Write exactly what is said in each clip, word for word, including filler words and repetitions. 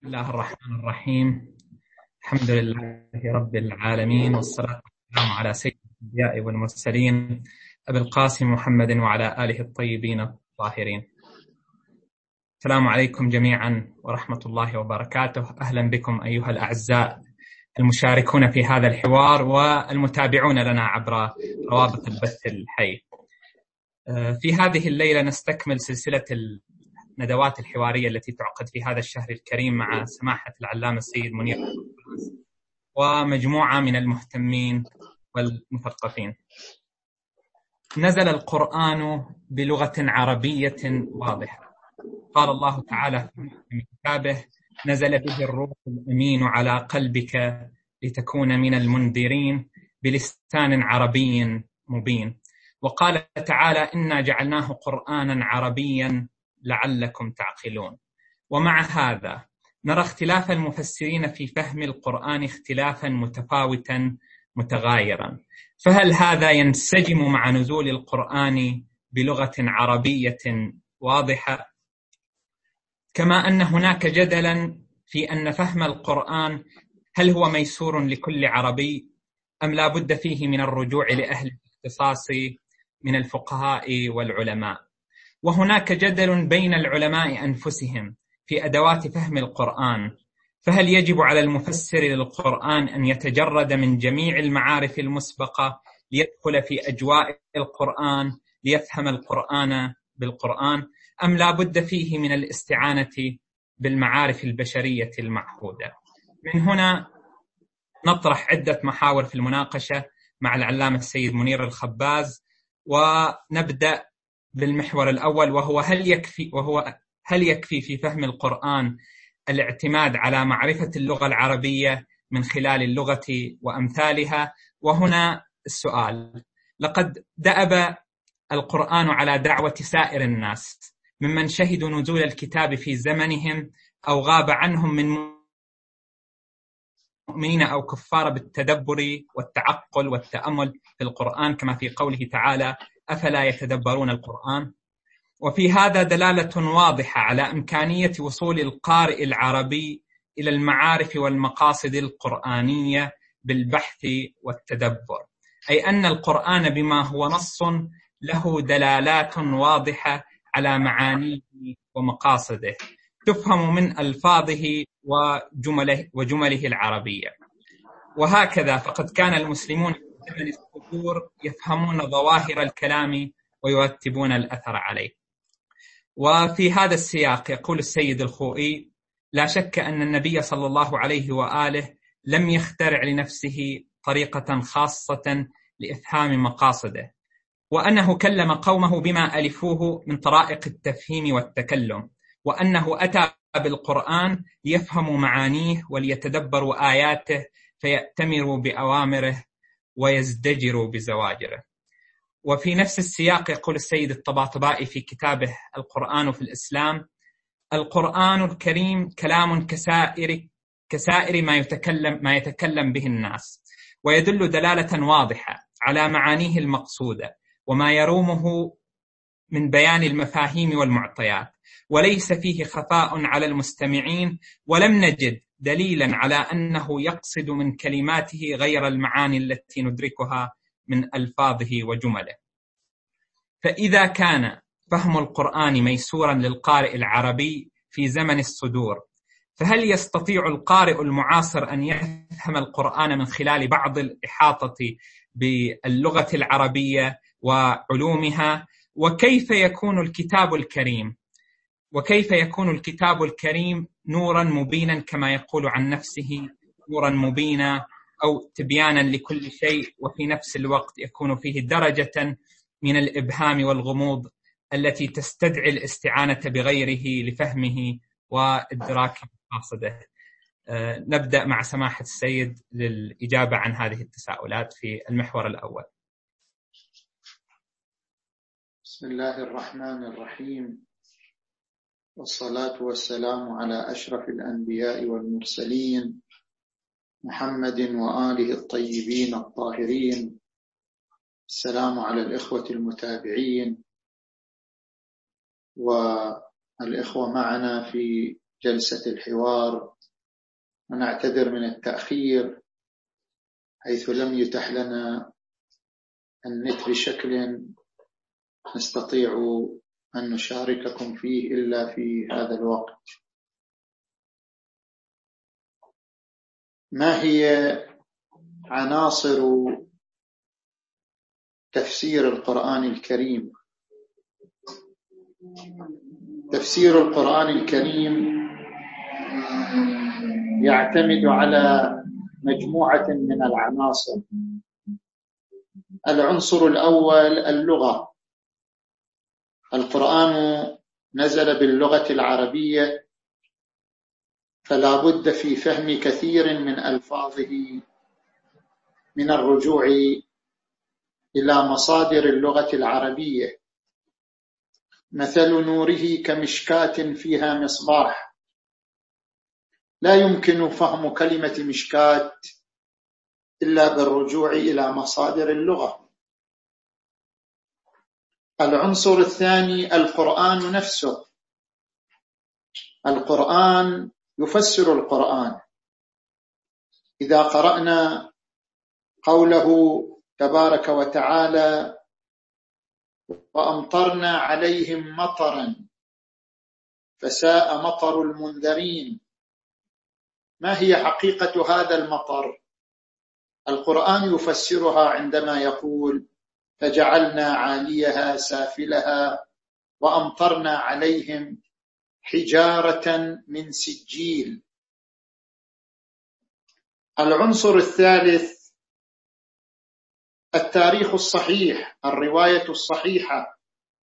الله الرحمن الرحيم. الحمد لله رب العالمين، والصلاة والسلام على سيد الأنبياء والمرسلين أبي القاسم محمد وعلى آله الطيبين الطاهرين. السلام عليكم جميعا ورحمة الله وبركاته. أهلا بكم أيها الأعزاء المشاركون في هذا الحوار والمتابعون لنا عبر روابط البث الحي. في هذه الليلة نستكمل سلسلة الندوات الحوارية التي تعقد في هذا الشهر الكريم مع سماحة العلامة السيد منير ومجموعة من المهتمين والمثقفين. نزل القرآن بلغة عربية واضحة. قال الله تعالى في كتابه: نزل به الروح الأمين على قلبك لتكون من المنذرين بلسان عربي مبين. وقال تعالى: إنا جعلناه قرآنا عربيا لعلكم تعقلون. ومع هذا نرى اختلاف المفسرين في فهم القرآن اختلافا متفاوتا متغايرا. فهل هذا ينسجم مع نزول القرآن بلغة عربية واضحة؟ كما أن هناك جدلا في أن فهم القرآن هل هو ميسور لكل عربي أم لا بد فيه من الرجوع لأهل الاختصاص من الفقهاء والعلماء. وهناك جدل بين العلماء أنفسهم في أدوات فهم القرآن، فهل يجب على المفسر للقرآن أن يتجرد من جميع المعارف المسبقة ليدخل في أجواء القرآن ليفهم القرآن بالقرآن، أم لا بد فيه من الاستعانة بالمعارف البشرية المعهودة؟ من هنا نطرح عدة محاور في المناقشة مع العلامة السيد منير الخباز، ونبدأ بالمحور الأول، وهو هل يكفي وهو هل يكفي في فهم القرآن الاعتماد على معرفة اللغة العربية من خلال اللغة وأمثالها؟ وهنا السؤال: لقد دأب القرآن على دعوة سائر الناس ممن شهدوا نزول الكتاب في زمنهم أو غاب عنهم من مؤمنين أو كفار بالتدبر والتعقل والتأمل في القرآن، كما في قوله تعالى: أفلا يتدبرون القرآن. وفي هذا دلالة واضحة على إمكانية وصول القارئ العربي إلى المعارف والمقاصد القرآنية بالبحث والتدبر، أي أن القرآن بما هو نص له دلالات واضحة على معانيه ومقاصده تفهم من ألفاظه وجمله, وجمله العربية. وهكذا فقد كان المسلمون في زمن الصدور يفهمون ظواهر الكلام ويرتبون الأثر عليه. وفي هذا السياق يقول السيد الخوئي: لا شك أن النبي صلى الله عليه وآله لم يخترع لنفسه طريقة خاصة لإفهام مقاصده، وأنه كلم قومه بما ألفوه من طرائق التفهيم والتكلم، وأنه أتى بالقرآن ليفهموا معانيه وليتدبروا آياته فيأتمروا بأوامره ويزدجروا بزواجره. وفي نفس السياق يقول السيد الطباطبائي في كتابه القرآن في الإسلام: القرآن الكريم كلام كسائر كسائر ما يتكلم ما يتكلم به الناس، ويدل دلالة واضحة على معانيه المقصودة وما يرومه من بيان المفاهيم والمعطيات، وليس فيه خفاء على المستمعين، ولم نجد دليلا على أنه يقصد من كلماته غير المعاني التي ندركها من ألفاظه وجمله. فإذا كان فهم القرآن ميسورا للقارئ العربي في زمن الصدور، فهل يستطيع القارئ المعاصر أن يفهم القرآن من خلال بعض الإحاطة باللغة العربية وعلومها؟ وكيف يكون الكتاب الكريم وكيف يكون الكتاب الكريم نورا مبينا كما يقول عن نفسه، نورا مبينا أو تبيانا لكل شيء، وفي نفس الوقت يكون فيه درجة من الإبهام والغموض التي تستدعي الاستعانة بغيره لفهمه وإدراك مقاصده؟ أه نبدأ مع سماحة السيد للإجابة عن هذه التساؤلات في المحور الأول. بسم الله الرحمن الرحيم، والصلاة والسلام على أشرف الأنبياء والمرسلين محمد وآله الطيبين الطاهرين. السلام على الإخوة المتابعين والإخوة معنا في جلسة الحوار، ونعتذر من التأخير حيث لم يتح لنا النت بشكل نستطيع أن نشارككم فيه إلا في هذا الوقت. ما هي عناصر تفسير القرآن الكريم؟ تفسير القرآن الكريم يعتمد على مجموعة من العناصر. العنصر الأول اللغة. القرآن نزل باللغة العربية، فلا بد في فهم كثير من ألفاظه من الرجوع إلى مصادر اللغة العربية. مثل نوره كمشكاة فيها مصباح، لا يمكن فهم كلمة مشكاة إلا بالرجوع إلى مصادر اللغة. العنصر الثاني القرآن نفسه. القرآن يفسر القرآن. إذا قرأنا قوله تبارك وتعالى وأمطرنا عليهم مطرا فساء مطر المنذرين، ما هي حقيقة هذا المطر؟ القرآن يفسرها عندما يقول فجعلنا عاليها سافلها وأمطرنا عليهم حجارة من سجيل. العنصر الثالث التاريخ الصحيح، الرواية الصحيحة.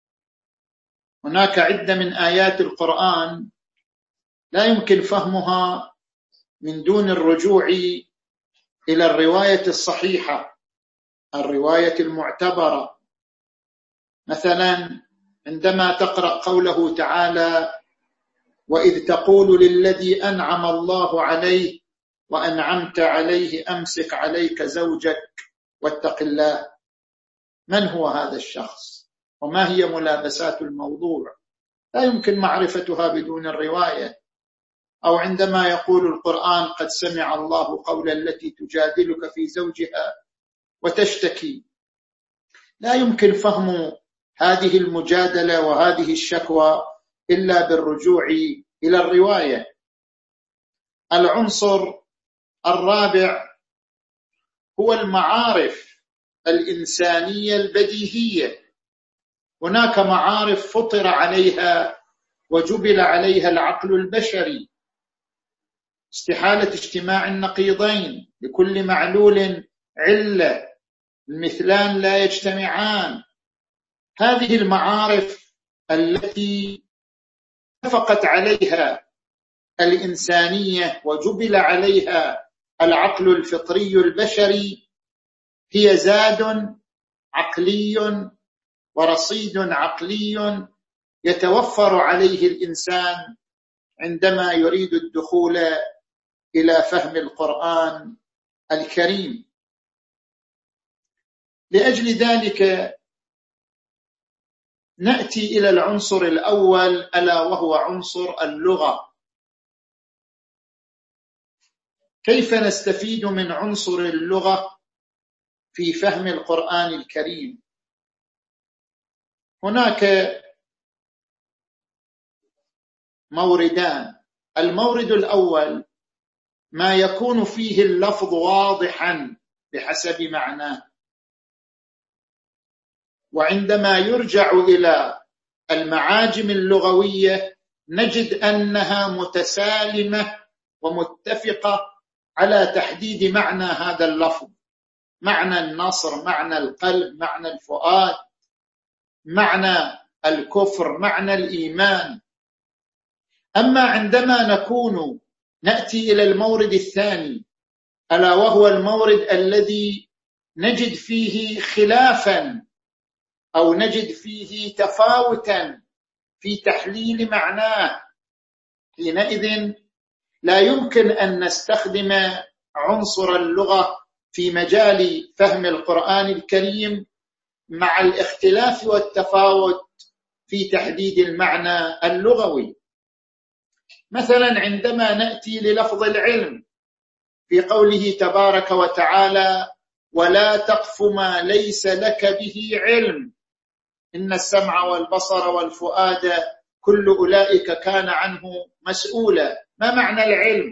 هناك عدة من آيات القرآن لا يمكن فهمها من دون الرجوع إلى الرواية الصحيحة، الرواية المعتبرة. مثلا عندما تقرأ قوله تعالى وإذ تقول للذي أنعم الله عليه وأنعمت عليه أمسك عليك زوجك واتق الله، من هو هذا الشخص وما هي ملابسات الموضوع؟ لا يمكن معرفتها بدون الرواية. أو عندما يقول القرآن قد سمع الله قول التي تجادلك في زوجها وتشتكي، لا يمكن فهم هذه المجادلة وهذه الشكوى إلا بالرجوع إلى الرواية. العنصر الرابع هو المعارف الإنسانية البديهية. هناك معارف فطر عليها وجبل عليها العقل البشري، استحالة اجتماع النقيضين، لكل معلول علة، المثلان لا يجتمعان. هذه المعارف التي اتفقت عليها الإنسانية وجبل عليها العقل الفطري البشري هي زاد عقلي ورصيد عقلي يتوفر عليه الإنسان عندما يريد الدخول إلى فهم القرآن الكريم. لأجل ذلك نأتي إلى العنصر الأول ألا وهو عنصر اللغة. كيف نستفيد من عنصر اللغة في فهم القرآن الكريم؟ هناك موردان. المورد الأول ما يكون فيه اللفظ واضحا بحسب معناه، وعندما يرجع إلى المعاجم اللغوية نجد أنها متسالمة ومتفقة على تحديد معنى هذا اللفظ، معنى النصر، معنى القلب، معنى الفؤاد، معنى الكفر، معنى الإيمان. أما عندما نكون نأتي إلى المورد الثاني ألا وهو المورد الذي نجد فيه خلافا أو نجد فيه تفاوتا في تحليل معناه، حينئذ لا يمكن أن نستخدم عنصر اللغة في مجال فهم القرآن الكريم مع الاختلاف والتفاوت في تحديد المعنى اللغوي. مثلا عندما نأتي للفظ العلم في قوله تبارك وتعالى ولا تقف ما ليس لك به علم إن السمع والبصر والفؤاد كل أولئك كان عنه مسؤولا. ما معنى العلم؟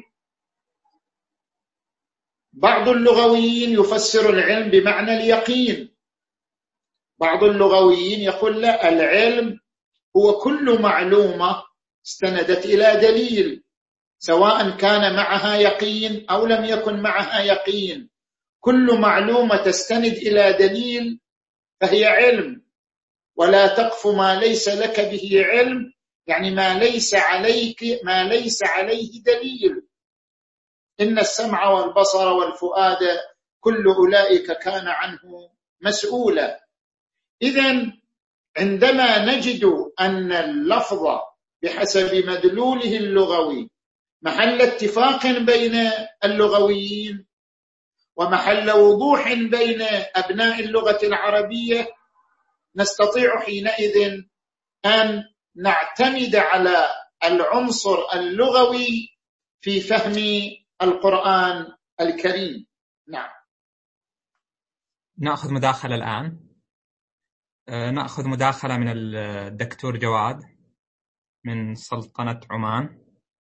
بعض اللغويين يفسر العلم بمعنى اليقين، بعض اللغويين يقول لا، العلم هو كل معلومة استندت إلى دليل، سواء كان معها يقين أو لم يكن معها يقين، كل معلومة تستند إلى دليل فهي علم. ولا تقف ما ليس لك به علم يعني ما ليس عليك ما ليس عليه دليل. إن السمع والبصر والفؤاد كل أولئك كان عنه مسؤولا. إذن عندما نجد أن اللفظ بحسب مدلوله اللغوي محل اتفاق بين اللغويين ومحل وضوح بين أبناء اللغة العربية، نستطيع حينئذ أن نعتمد على العنصر اللغوي في فهم القرآن الكريم. نعم. نأخذ مداخلة الآن. نأخذ مداخلة من الدكتور جواد من سلطنة عمان.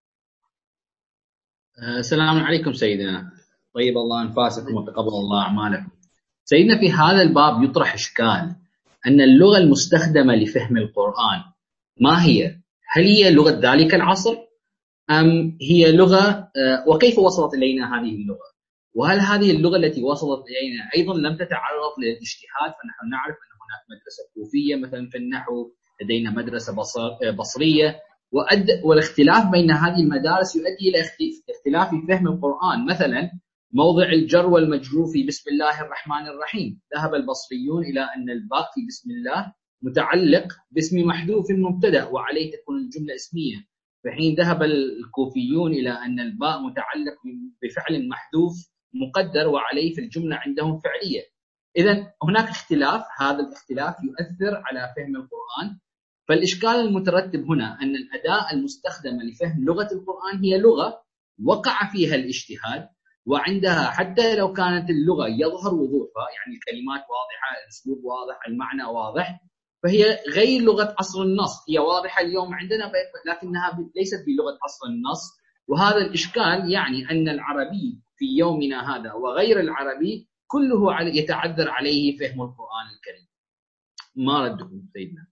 السلام عليكم سيدنا، طيب الله أنفاسكم وتقبل الله أعمالكم. سيدنا، في هذا الباب يطرح إشكال أن اللغة المستخدمة لفهم القرآن ما هي؟ هل هي لغة ذلك العصر أم هي لغة وكيف وصلت إلينا هذه اللغة؟ وهل هذه اللغة التي وصلت إلينا أيضا لم تتعرض للاجتهاد؟ فنحن نعرف أن هناك مدرسة كوفية مثلا في النحو، لدينا مدرسة بصرية، والاختلاف بين هذه المدارس يؤدي إلى اختلاف في فهم القرآن. مثلا موضع الجر والمجرور في بسم الله الرحمن الرحيم، ذهب البصريون إلى أن الباء في بسم الله متعلق باسم محذوف مبتدأ وعليه تكون الجملة اسمية، في حين ذهب الكوفيون إلى أن الباء متعلق بفعل محذوف مقدر وعليه في الجملة عندهم فعلية. إذن هناك اختلاف، هذا الاختلاف يؤثر على فهم القرآن. فالإشكال المترتب هنا أن الأداة المستخدمة لفهم لغة القرآن هي لغة وقع فيها الاجتهاد، وعندها حتى لو كانت اللغة يظهر وضوحها، يعني الكلمات واضحة، الأسلوب واضح، المعنى واضح، فهي غير لغة عصر النص. هي واضحة اليوم عندنا لكنها ليست بلغة عصر النص. وهذا الإشكال يعني أن العربي في يومنا هذا وغير العربي كله يتعذر عليه فهم القرآن الكريم. ما ردكم سيدنا؟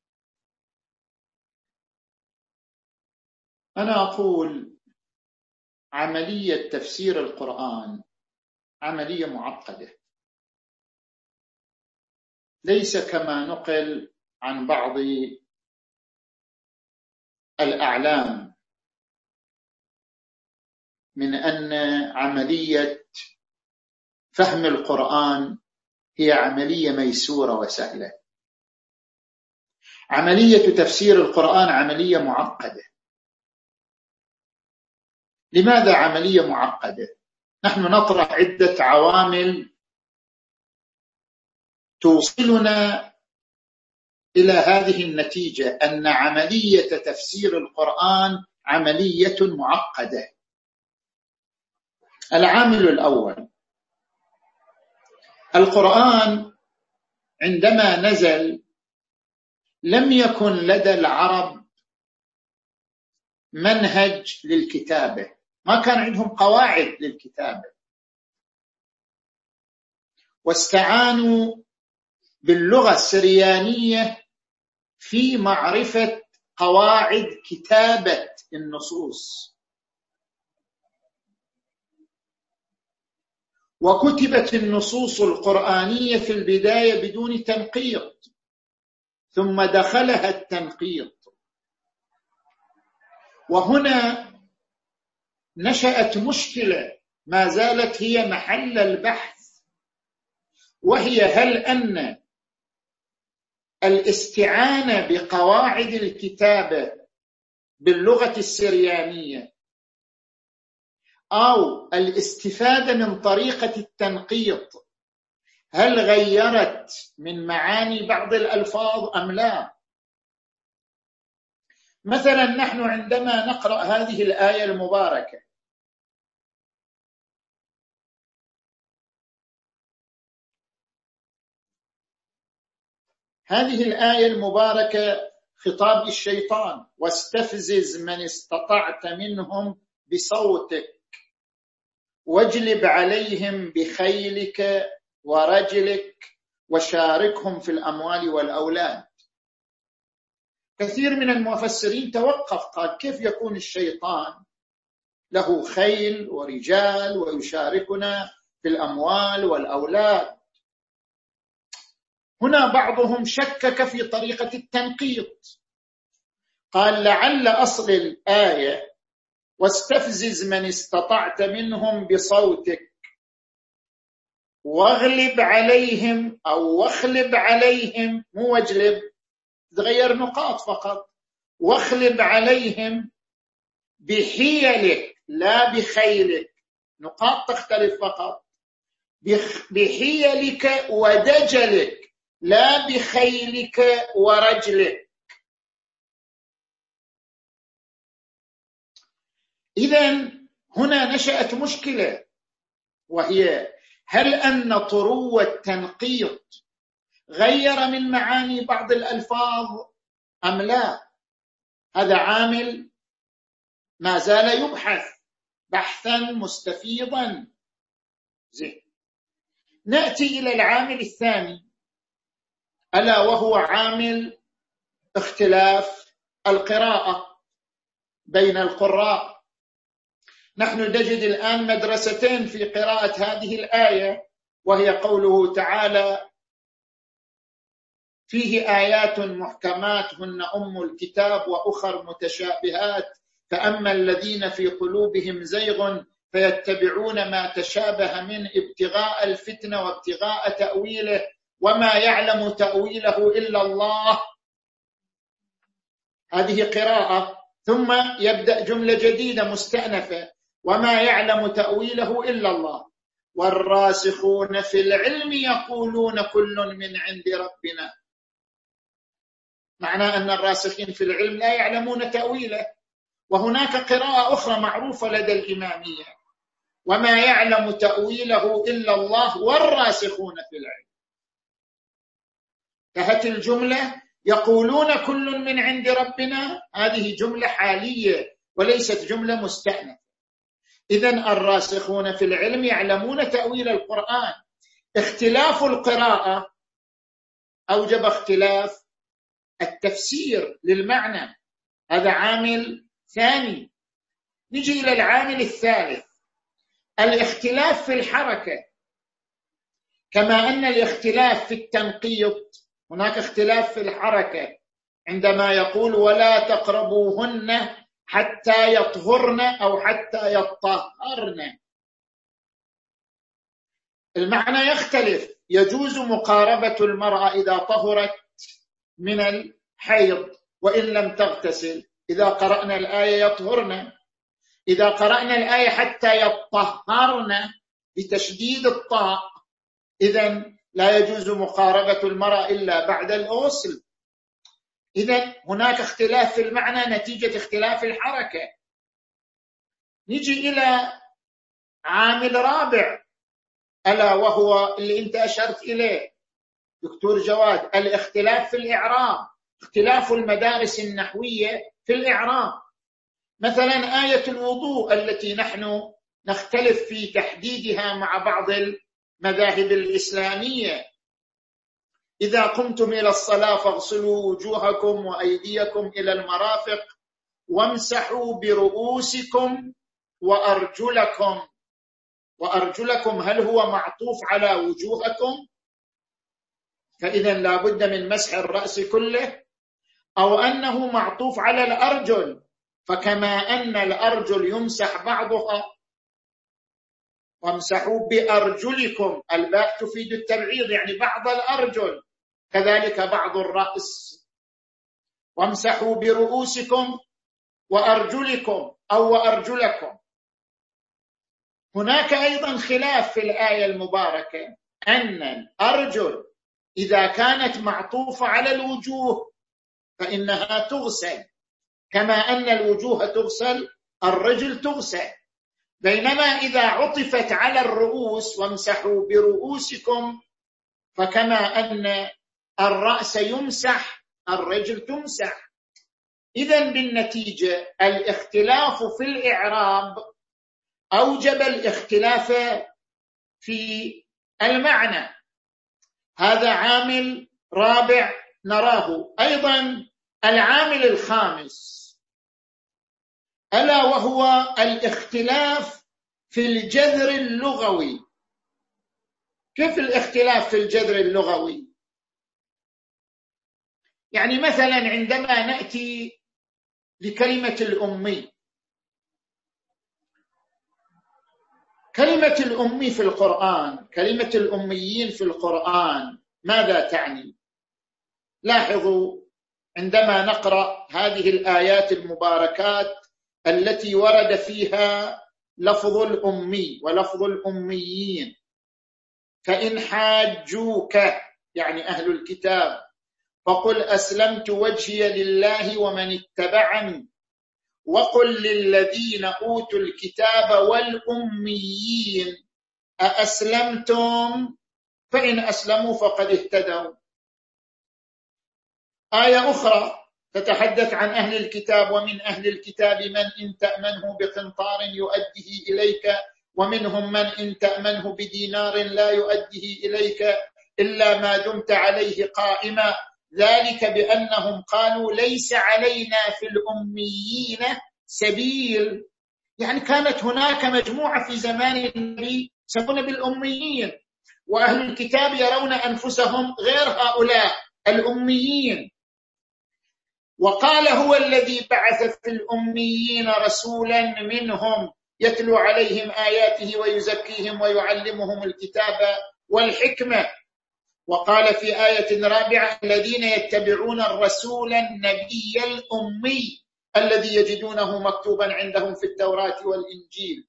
أنا أقول عملية تفسير القرآن عملية معقدة، ليس كما نقل عن بعض الأعلام من أن عملية فهم القرآن هي عملية ميسورة وسهلة. عملية تفسير القرآن عملية معقدة. لماذا عملية معقدة؟ نحن نطرح عدة عوامل توصلنا إلى هذه النتيجة، أن عملية تفسير القرآن عملية معقدة. العامل الأول، القرآن عندما نزل لم يكن لدى العرب منهج للكتابة، ما كان عندهم قواعد للكتابة، واستعانوا باللغة السريانية في معرفة قواعد كتابة النصوص. وكتبت النصوص القرآنية في البداية بدون تنقيط، ثم دخلها التنقيط. وهنا نشأت مشكلة ما زالت هي محل البحث، وهي هل أن الاستعانة بقواعد الكتابة باللغة السريانية أو الاستفادة من طريقة التنقيط هل غيرت من معاني بعض الألفاظ أم لا؟ مثلا نحن عندما نقرأ هذه الآية المباركة: هذه الآية المباركة خطاب الشيطان: واستفزز من استطعت منهم بصوتك واجلب عليهم بخيلك ورجلك وشاركهم في الأموال والأولاد. كثير من المفسرين توقف، قال كيف يكون الشيطان له خيل ورجال ويشاركنا في الأموال والأولاد؟ هنا بعضهم شكك في طريقة التنقيط، قال لعل أصل الآية واستفزز من استطعت منهم بصوتك واغلب عليهم أو واخلب عليهم، مو واجلب، تغير نقاط فقط، واخلب عليهم بحيلك لا بخيلك، نقاط تختلف فقط، بحيلك ودجلك لا بخيلك ورجلك. إذن هنا نشأت مشكلة، وهي هل أن طرو التنقيط غير من معاني بعض الألفاظ أم لا؟ هذا عامل ما زال يبحث بحثا مستفيضا. زين، نأتي إلى العامل الثاني، ألا وهو عامل اختلاف القراءة بين القراء. نحن نجد الآن مدرستين في قراءة هذه الآية، وهي قوله تعالى: فيه آيات محكمات هن أم الكتاب وأخر متشابهات فأما الذين في قلوبهم زيغ فيتبعون ما تشابه من ابتغاء الفتنة وابتغاء تأويله وما يعلم تأويله إلا الله. هذه قراءة، ثم يبدأ جملة جديدة مستأنفة: وما يعلم تأويله إلا الله والراسخون في العلم يقولون كل من عند ربنا. معنى أن الراسخين في العلم لا يعلمون تأويله. وهناك قراءة أخرى معروفة لدى الإمامية: وما يعلم تأويله إلا الله والراسخون في العلم. تهت الجملة يقولون كل من عند ربنا، هذه جملة حالية وليست جملة مستأنفة. إذن الراسخون في العلم يعلمون تأويل القرآن. اختلاف القراءة أوجب اختلاف التفسير للمعنى، هذا عامل ثاني. نجي إلى العامل الثالث، الاختلاف في الحركة. كما أن الاختلاف في التنقيط، هناك اختلاف في الحركة عندما يقول ولا تقربوهن حتى يطهرن أو حتى يطهرن، المعنى يختلف. يجوز مقاربة المرأة إذا طهرت من الحيض وإن لم تغتسل، إذا قرأنا الآية يطهرن. إذا قرأنا الآية حتى يطهرن بتشديد الطاء، إذن لا يجوز مقاربة المرأة إلا بعد الغسل. إذن هناك اختلاف في المعنى نتيجة اختلاف الحركة. نجي إلى عامل رابع، ألا وهو اللي أنت أشرت إليه دكتور جواد، الاختلاف في الإعراب، اختلاف المدارس النحوية في الإعراب. مثلا آية الوضوء التي نحن نختلف في تحديدها مع بعض المذاهب الإسلامية: إذا قمتم إلى الصلاة فاغسلوا وجوهكم وأيديكم إلى المرافق وامسحوا برؤوسكم وأرجلكم. وأرجلكم هل هو معطوف على وجوهكم؟ فإذا لا بد من مسح الرأس كله، أو أنه معطوف على الأرجل، فكما أن الأرجل يمسح بعضها وامسحوا بأرجلكم، الباء تفيد التبعيض يعني بعض الأرجل، كذلك بعض الرأس. وامسحوا برؤوسكم وأرجلكم أو وأرجلكم. هناك أيضا خلاف في الآية المباركة أن الأرجل إذا كانت معطوفة على الوجوه فإنها تغسل، كما أن الوجوه تغسل الرجل تغسل. بينما إذا عطفت على الرؤوس وامسحوا برؤوسكم فكما أن الرأس يمسح الرجل تمسح. إذن بالنتيجة الاختلاف في الإعراب أوجب الاختلاف في المعنى. هذا عامل رابع نراه. أيضا العامل الخامس ألا وهو الاختلاف في الجذر اللغوي. كيف الاختلاف في الجذر اللغوي؟ يعني مثلا عندما نأتي لكلمة الأمي، كلمة الأمي في القرآن، كلمة الأميين في القرآن ماذا تعني؟ لاحظوا عندما نقرأ هذه الآيات المباركات التي ورد فيها لفظ الأمي ولفظ الأميين: فإن حاجوك يعني أهل الكتاب فقل أسلمت وجهي لله ومن اتبعني وقل للذين أوتوا الكتاب والأميين أأسلمتم فإن أسلموا فقد اهتدوا. آية أخرى تتحدث عن أهل الكتاب: ومن أهل الكتاب من إن تأمنه بقنطار يؤديه إليك ومنهم من إن تأمنه بدينار لا يؤديه إليك إلا ما دمت عليه قائما ذلك بأنهم قالوا ليس علينا في الأميين سبيل. يعني كانت هناك مجموعة في زمان النبي يسمون بالأميين، وأهل الكتاب يرون أنفسهم غير هؤلاء الأميين. وقال هو الذي بعث في الأميين رسولا منهم يتلو عليهم آياته ويزكيهم ويعلمهم الكتاب والحكمة. وقال في آية رابعة: الذين يتبعون الرسول النبي الأمي الذي يجدونه مكتوبا عندهم في التوراة والإنجيل.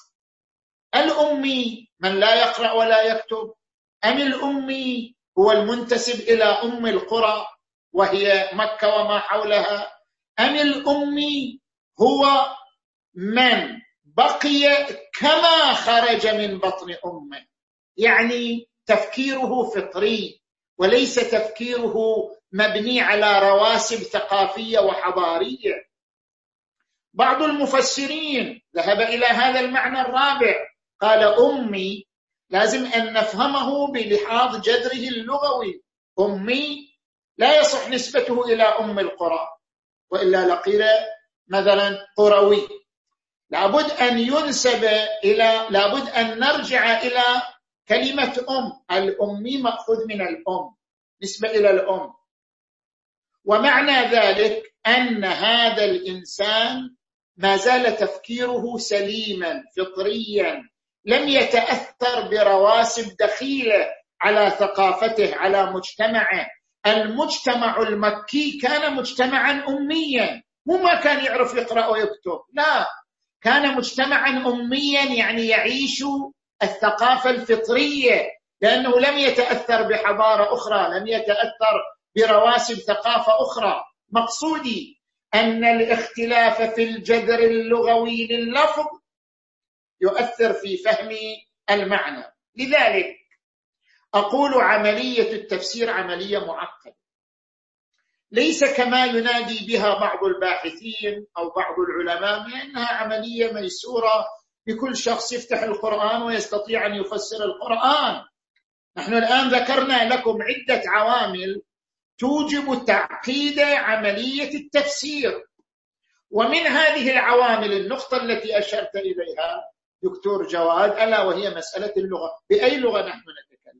الأمي من لا يقرأ ولا يكتب، أم الأمي هو المنتسب إلى أم القرى وهي مكة وما حولها، أم الأمي هو من بقي كما خرج من بطن أمه، يعني تفكيره فطري وليس تفكيره مبني على رواسب ثقافية وحضارية. بعض المفسرين ذهب إلى هذا المعنى الرابع، قال أمي لازم أن نفهمه بلحاظ جذره اللغوي. أمي لا يصح نسبته إلى أم القرى، وإلا لقيل مثلا قروي. لابد أن ينسب إلى، لابد أن نرجع إلى كلمة أم. الأمي مأخوذ من الأم، نسبة إلى الأم. ومعنى ذلك أن هذا الإنسان ما زال تفكيره سليما فطريا، لم يتأثر برواسب دخيلة على ثقافته على مجتمعه. المجتمع المكي كان مجتمعا أميا، مو ما كان يعرف يقرأ ويكتب، لا، كان مجتمعا أميا يعني يعيش الثقافة الفطرية، لأنه لم يتأثر بحضارة أخرى، لم يتأثر برواسب ثقافة أخرى. مقصودي أن الاختلاف في الجذر اللغوي لللفظ يؤثر في فهم المعنى. لذلك أقول عملية التفسير عملية معقدة، ليس كما ينادي بها بعض الباحثين أو بعض العلماء لأنها عملية ميسورة، بكل شخص يفتح القرآن ويستطيع أن يفسر القرآن. نحن الآن ذكرنا لكم عدة عوامل توجب تعقيد عملية التفسير، ومن هذه العوامل النقطة التي أشرت إليها دكتور جواد، ألا وهي مسألة اللغة. بأي لغة نحن نتكلم؟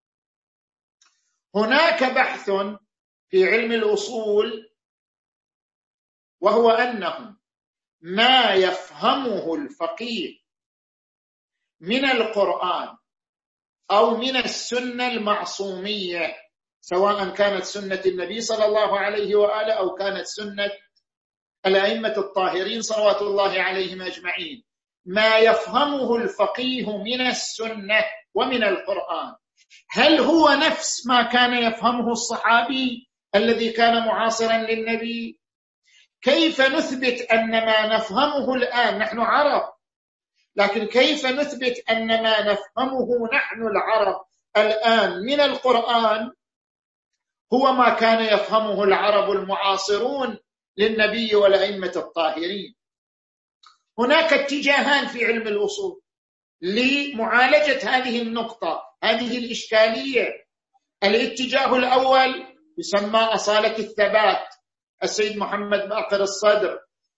هناك بحث في علم الأصول وهو أنه ما يفهمه الفقيه من القرآن أو من السنة المعصومية، سواء كانت سنة النبي صلى الله عليه وآله أو كانت سنة الأئمة الطاهرين صلوات الله عليهم أجمعين، ما يفهمه الفقيه من السنة ومن القرآن، هل هو نفس ما كان يفهمه الصحابي الذي كان معاصرا للنبي؟ كيف نثبت أن ما نفهمه الآن نحن عرب، لكن كيف نثبت أن ما نفهمه نحن العرب الآن من القرآن هو ما كان يفهمه العرب المعاصرون للنبي والأئمة الطاهرين؟ هناك اتجاهان في علم الأصول لمعالجة هذه النقطة، هذه الإشكالية. الاتجاه الأول يسمى أصالة الثبات. السيد محمد باقر الصدر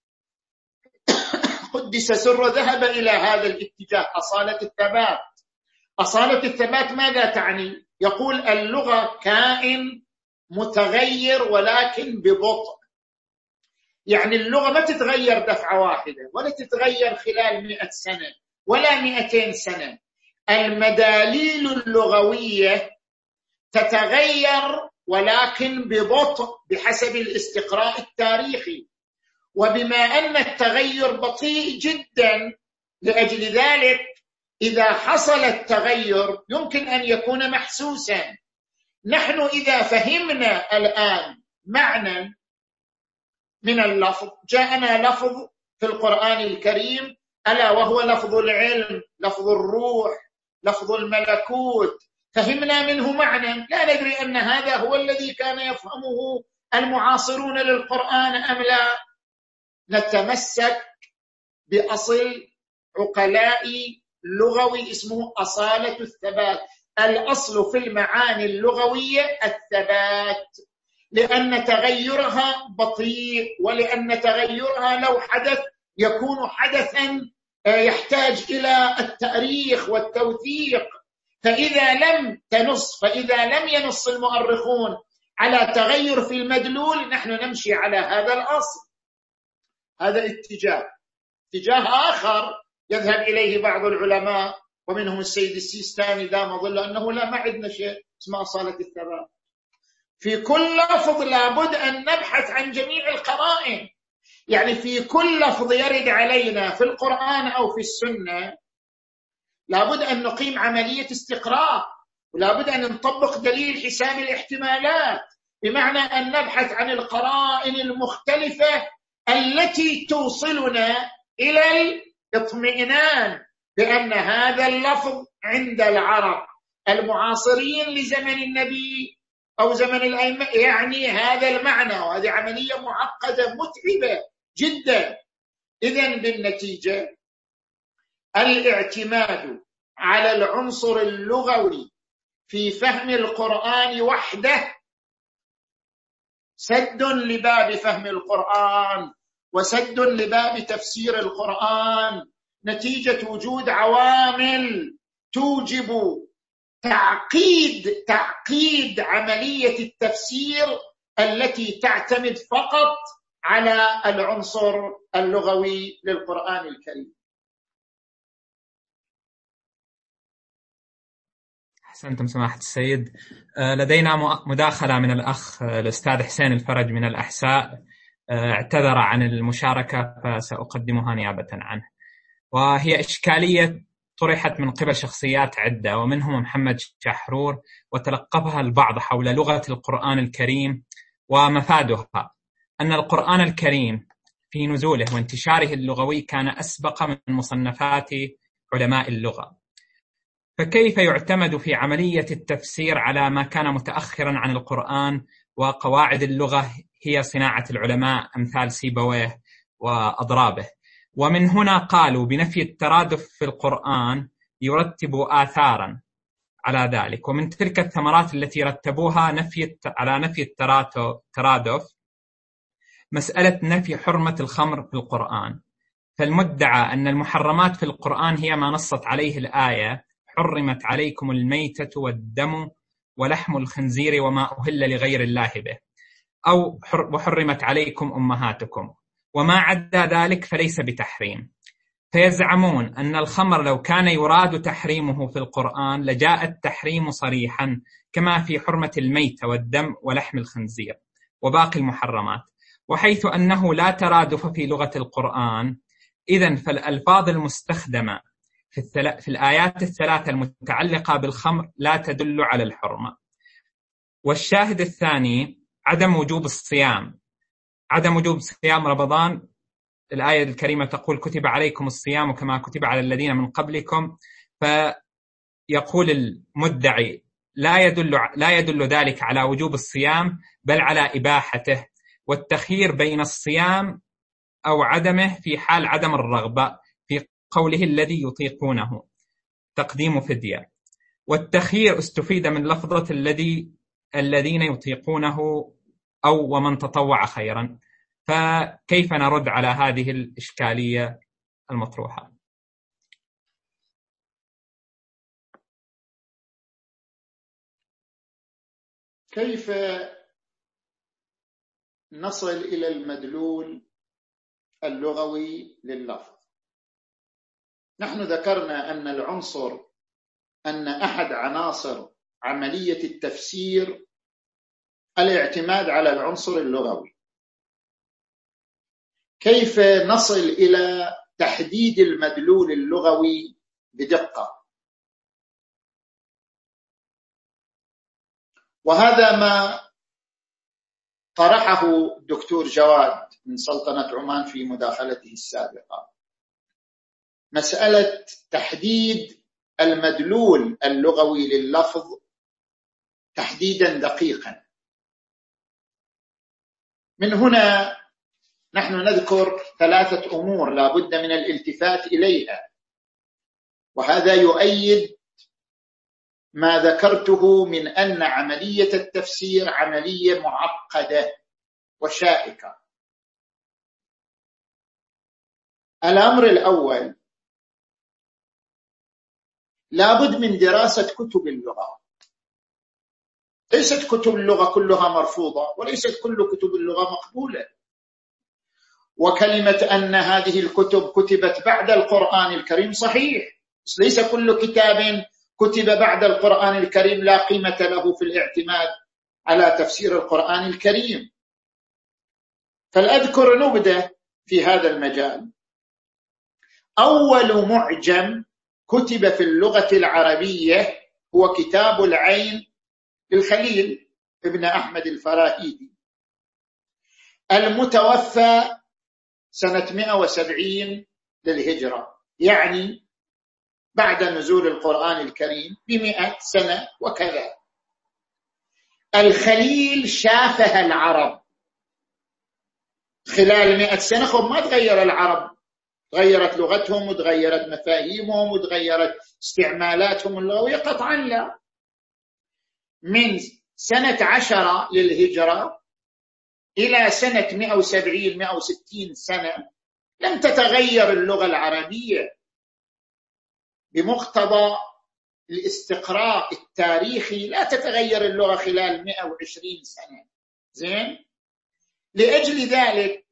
قدس سره ذهب إلى هذا الاتجاه، أصالة الثبات. أصالة الثبات ماذا تعني؟ يقول اللغة كائن متغير ولكن ببطء، يعني اللغة ما تتغير دفعة واحدة ولا تتغير خلال مئة سنة ولا مئتين سنة. المداليل اللغوية تتغير ولكن ببطء بحسب الاستقراء التاريخي، وبما أن التغير بطيء جدا لأجل ذلك إذا حصل التغير يمكن أن يكون محسوسا. نحن إذا فهمنا الآن معنى من اللفظ، جاءنا لفظ في القرآن الكريم ألا وهو لفظ العلم، لفظ الروح، لفظ الملكوت، فهمنا منه معنى لا ندري أن هذا هو الذي كان يفهمه المعاصرون للقرآن أم لا. نتمسك بأصل عقلائي لغوي اسمه أصالة الثبات. الأصل في المعاني اللغوية الثبات، لأن تغيرها بطيء، ولأن تغيرها لو حدث يكون حدثا يحتاج إلى التأريخ والتوثيق. فإذا لم تنص فإذا لم ينص المؤرخون على تغير في المدلول نحن نمشي على هذا الأصل. هذا اتجاه. اتجاه آخر يذهب إليه بعض العلماء ومنهم السيد السيستاني دام ظله أنه لا ما عندنا شيء اسمه أصالة الثبات. في كل لفظ لابد أن نبحث عن جميع القرائن، يعني في كل لفظ يرد علينا في القرآن أو في السنة لابد أن نقيم عملية استقراء، ولابد أن نطبق دليل حساب الاحتمالات، بمعنى أن نبحث عن القرائن المختلفة التي توصلنا إلى الاطمئنان بأن هذا اللفظ عند العرب المعاصرين لزمن النبي أو زمن الأئمة يعني هذا المعنى، وهذه عملية معقدة متعبة جدا. إذن بالنتيجة الاعتماد على العنصر اللغوي في فهم القرآن وحده سد لباب فهم القرآن وسد لباب تفسير القرآن، نتيجة وجود عوامل توجب تعقيد تعقيد عملية التفسير التي تعتمد فقط على العنصر اللغوي للقرآن الكريم. أحسنتم سماحة السيد. لدينا مداخلة من الأخ الأستاذ حسين الفرج من الأحساء، اعتذر عن المشاركة فسأقدمها نيابة عنه، وهي إشكالية طرحت من قبل شخصيات عدة ومنهم محمد شحرور، وتلقفها البعض حول لغة القرآن الكريم ومفادها. أن القرآن الكريم في نزوله وانتشاره اللغوي كان أسبق من مصنفات علماء اللغة، فكيف يعتمد في عملية التفسير على ما كان متأخرا عن القرآن وقواعد اللغة هي صناعة العلماء أمثال سيبويه وأضرابه؟ ومن هنا قالوا بنفي الترادف في القرآن يرتب آثارا على ذلك، ومن تلك الثمرات التي رتبوها نفي على نفي الترادف مسألة نفي حرمة الخمر في القرآن. فالمدعى أن المحرمات في القرآن هي ما نصت عليه الآية: حرمت عليكم الميتة والدم ولحم الخنزير وما أهل لغير الله به، أو وحرمت عليكم أمهاتكم، وما عدا ذلك فليس بتحريم. فيزعمون أن الخمر لو كان يراد تحريمه في القرآن لجاء التحريم صريحا كما في حرمة الميتة والدم ولحم الخنزير وباقي المحرمات. وحيث أنه لا ترادف في لغة القرآن، إذن فالألفاظ المستخدمة في, الثلا... في الآيات الثلاثة المتعلقة بالخمر لا تدل على الحرمة. والشاهد الثاني عدم وجوب الصيام عدم وجوب صيام رمضان، الآية الكريمة تقول كتب عليكم الصيام كما كتب على الذين من قبلكم، فيقول المدعي لا يدل لا يدل ذلك على وجوب الصيام بل على إباحته، والتخيير بين الصيام أو عدمه في حال عدم الرغبة، في قوله الذي يطيقونه تقديم فدية. والتخيير استفيد من لفظة الذي الذين يطيقونه أو ومن تطوع خيرا. فكيف نرد على هذه الإشكالية المطروحة؟ كيف نصل إلى المدلول اللغوي لللفظ؟ نحن ذكرنا أن العنصر أن أحد عناصر عملية التفسير الاعتماد على العنصر اللغوي. كيف نصل إلى تحديد المدلول اللغوي بدقة؟ وهذا ما طرحه الدكتور جواد من سلطنة عمان في مداخلته السابقة، مسألة تحديد المدلول اللغوي لللفظ تحديدا دقيقا. من هنا نحن نذكر ثلاثة أمور لا بد من الالتفات إليها، وهذا يؤيد ما ذكرته من أن عملية التفسير عملية معقدة وشائكة. الأمر الأول، لابد من دراسة كتب اللغة. ليست كتب اللغة كلها مرفوضة، وليست كل كتب اللغة مقبولة. وكلمة أن هذه الكتب كتبت بعد القرآن الكريم صحيح، بس ليس كل كتاب كتب بعد القرآن الكريم لا قيمة له في الاعتماد على تفسير القرآن الكريم. فلأذكر نبذة في هذا المجال. أول معجم كتب في اللغة العربية هو كتاب العين للخليل ابن أحمد الفراهيدي، المتوفى سنة مئة وسبعين للهجرة، يعني بعد نزول القرآن الكريم بمئة سنة وكذا. الخليل شافها العرب خلال مئة سنة. خب ما تغير العرب، تغيرت لغتهم وتغيرت مفاهيمهم وتغيرت استعمالاتهم اللغوية؟ قطعا لا. من سنة عشرة للهجرة إلى سنة مئة وسبعين مئة وستين سنة لم تتغير اللغة العربية بمقتضى الاستقراء التاريخي. لا تتغير اللغة خلال مئة وعشرين سنة. زين؟ لأجل ذلك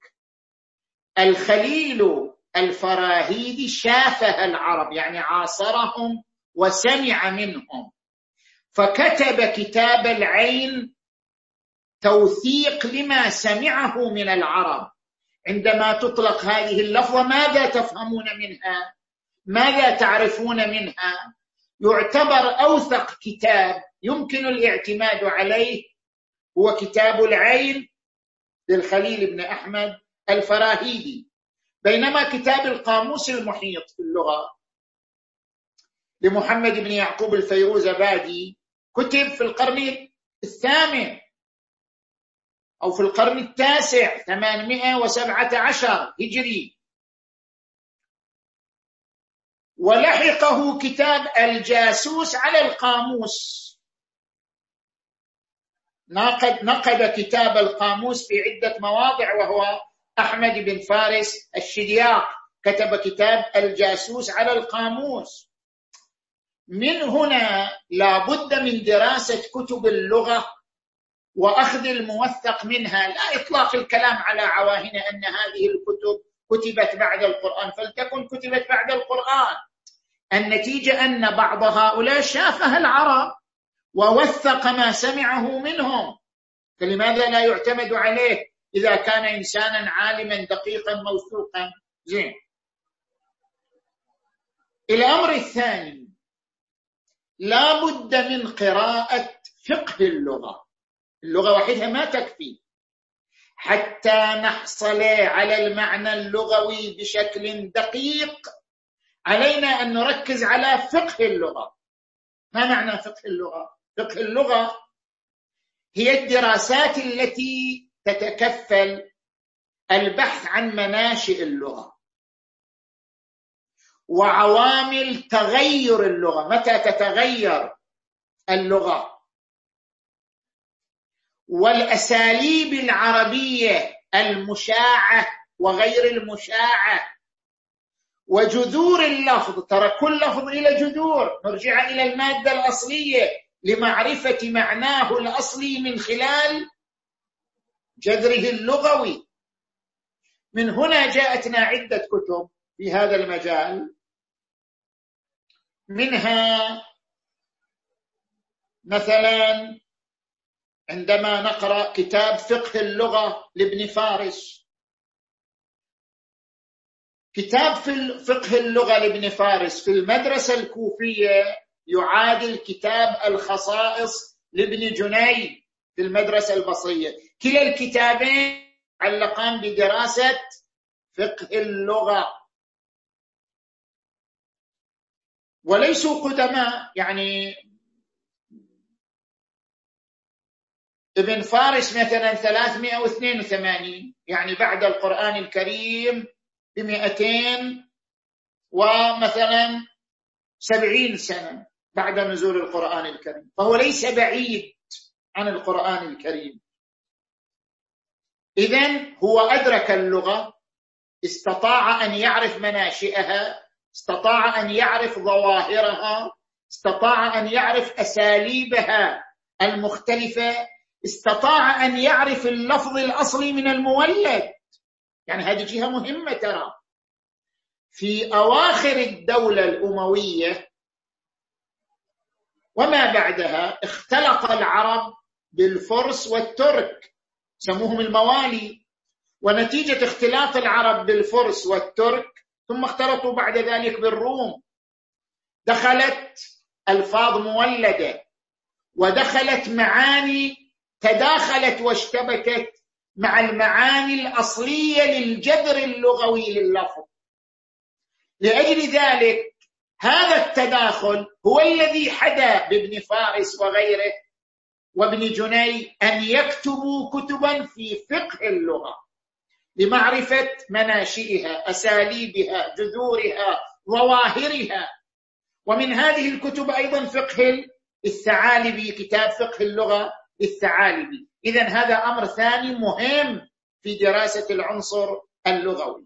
الخليل الفراهيدي شافها العرب، يعني عاصرهم وسمع منهم، فكتب كتاب العين توثيق لما سمعه من العرب. عندما تطلق هذه اللفظة ماذا تفهمون منها؟ ماذا تعرفون منها؟ يعتبر أوثق كتاب يمكن الاعتماد عليه هو كتاب العين للخليل بن أحمد الفراهيدي، بينما كتاب القاموس المحيط في اللغة لمحمد بن يعقوب الفيروزابادي كتب في القرن الثامن أو في القرن التاسع ثمانمئة وسبعة عشر هجري. ولحقه كتاب الجاسوس على القاموس، نقد, نقد كتاب القاموس في عدة مواضع، وهو أحمد بن فارس الشدياق كتب كتاب الجاسوس على القاموس. من هنا لا بد من دراسة كتب اللغة وأخذ الموثق منها، لا إطلاق الكلام على عواهن أن هذه الكتب كتبت بعد القرآن، فلتكن كتبت بعد القرآن. النتيجة أن بعض هؤلاء شافها العرب ووثق ما سمعه منهم، فلماذا لا يعتمد عليه إذا كان إنسانا عالما دقيقا موثوقا؟ زين. الأمر الثاني، لا بد من قراءة فقه اللغة. اللغة وحدها ما تكفي، حتى نحصل على المعنى اللغوي بشكل دقيق علينا أن نركز على فقه اللغة. ما معنى فقه اللغة؟ فقه اللغة هي الدراسات التي تتكفل البحث عن مناشئ اللغة وعوامل تغير اللغة، متى تتغير اللغة، والأساليب العربية المشاعة وغير المشاعة، وجذور اللفظ. ترى كل لفظ إلى جذور، نرجع إلى المادة الأصلية لمعرفة معناه الأصلي من خلال جذره اللغوي. من هنا جاءتنا عدة كتب في هذا المجال، منها مثلا عندما نقرأ كتاب فقه اللغة لابن فارس. كتاب فقه اللغة لابن فارس في المدرسة الكوفية يعادل كتاب الخصائص لابن جني في المدرسة البصرية. كلا الكتابين يتعلقان بدراسة فقه اللغة، وليسوا قدماء. يعني ابن فارس مثلا ثلاثمائة واثنين وثمانين، يعني بعد القرآن الكريم بمئتين ومثلا سبعين سنة بعد نزول القرآن الكريم، فهو ليس بعيد عن القرآن الكريم. إذن هو أدرك اللغة، استطاع أن يعرف مناشئها، استطاع أن يعرف ظواهرها، استطاع أن يعرف أساليبها المختلفة، استطاع أن يعرف اللفظ الأصلي من المولد. يعني هذه جهة مهمة. ترى في أواخر الدولة الأموية وما بعدها اختلط العرب بالفرس والترك، سموهم الموالي، ونتيجة اختلاط العرب بالفرس والترك ثم اختلطوا بعد ذلك بالروم، دخلت ألفاظ مولدة ودخلت معاني تداخلت واشتبكت مع المعاني الأصلية للجذر اللغوي لللفظ. لأجل ذلك هذا التداخل هو الذي حدا بابن فارس وغيره وابن جني أن يكتبوا كتبا في فقه اللغة لمعرفة مناشئها، أساليبها، جذورها، ظواهرها. ومن هذه الكتب أيضا فقه الثعالبي، كتاب فقه اللغة للثعالبي. إذن هذا أمر ثاني مهم في دراسة العنصر اللغوي.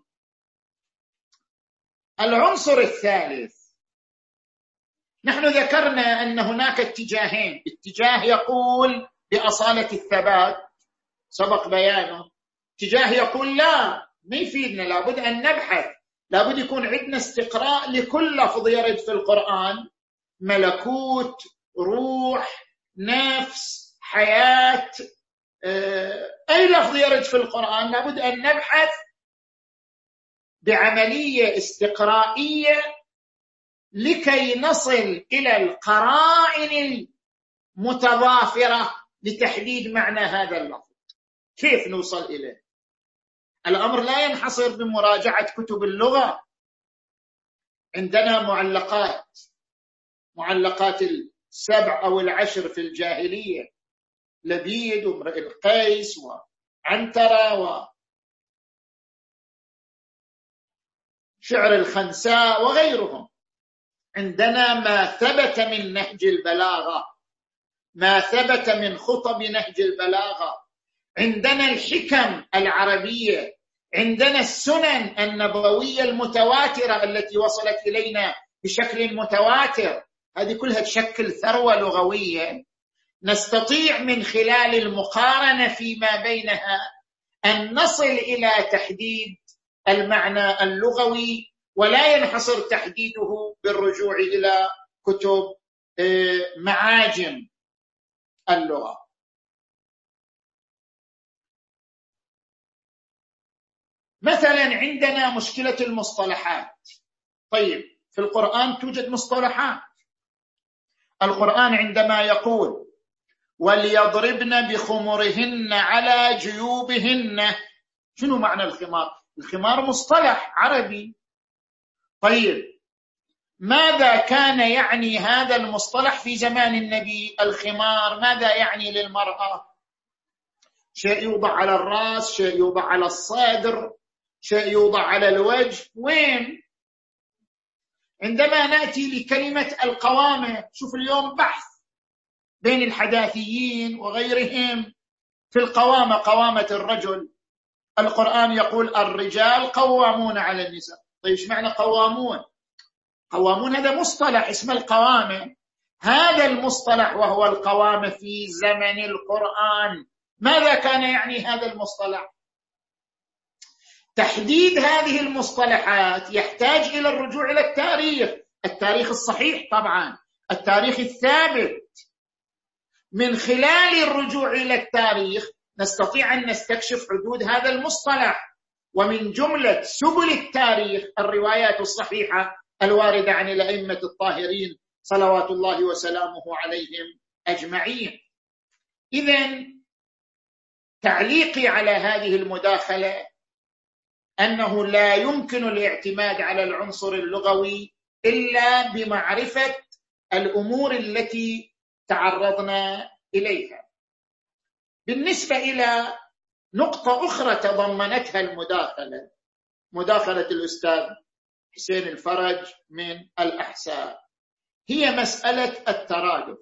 العنصر الثالث، نحن ذكرنا أن هناك اتجاهين، اتجاه يقول بأصالة الثبات سبق بيانه، اتجاه يقول لا، ما يفيدنا، لابد أن نبحث، لابد يكون عندنا استقراء لكل لفظ يرد في القرآن، ملكوت، روح، نفس، حياة، أي لفظ يرد في القرآن لابد أن نبحث بعملية استقرائية لكي نصل إلى القرائن المتضافرة لتحديد معنى هذا اللفظ. كيف نوصل إليه؟ الأمر لا ينحصر بمراجعة كتب اللغة. عندنا معلقات، معلقات السبع أو العشر في الجاهلية، لبيد وامرئ القيس وعنترة وشعر الخنساء وغيرهم. عندنا ما ثبت من نهج البلاغة، ما ثبت من خطب نهج البلاغة، عندنا الحكم العربية، عندنا السنن النبوية المتواترة التي وصلت إلينا بشكل متواتر. هذه كلها تشكل ثروة لغوية نستطيع من خلال المقارنة فيما بينها أن نصل إلى تحديد المعنى اللغوي، ولا ينحصر تحديده بالرجوع إلى كتب معاجم اللغة. مثلا عندنا مشكلة المصطلحات. طيب في القرآن توجد مصطلحات. القرآن عندما يقول وليضربن بخمرهن على جيوبهن. شنو معنى الخمار؟ الخمار مصطلح عربي. طيب ماذا كان يعني هذا المصطلح في زمان النبي؟ الخمار ماذا يعني للمرأة؟ شيء يوضع على الرأس، شيء يوضع على الصدر، شيء يوضع على الوجه. وين؟ عندما نأتي لكلمة القوامة، شوف اليوم بحث بين الحداثيين وغيرهم في القوامة، قوامة الرجل. القرآن يقول الرجال قوامون على النساء. طيب ايش معنى قوامون؟ قوامون هذا مصطلح اسمه القوامة. هذا المصطلح وهو القوامة في زمن القرآن ماذا كان يعني هذا المصطلح؟ تحديد هذه المصطلحات يحتاج إلى الرجوع إلى التاريخ، التاريخ الصحيح طبعا، التاريخ الثابت. من خلال الرجوع إلى التاريخ نستطيع أن نستكشف حدود هذا المصطلح. ومن جملة سبل التاريخ الروايات الصحيحة الواردة عن الأئمة الطاهرين صلوات الله وسلامه عليهم أجمعين. إذن تعليقي على هذه المداخلة أنه لا يمكن الاعتماد على العنصر اللغوي إلا بمعرفة الأمور التي تعرضنا إليها. بالنسبة إلى نقطة أخرى تضمنتها المداخلة، مداخلة الأستاذ حسين الفرج من الأحساء، هي مسألة الترادف.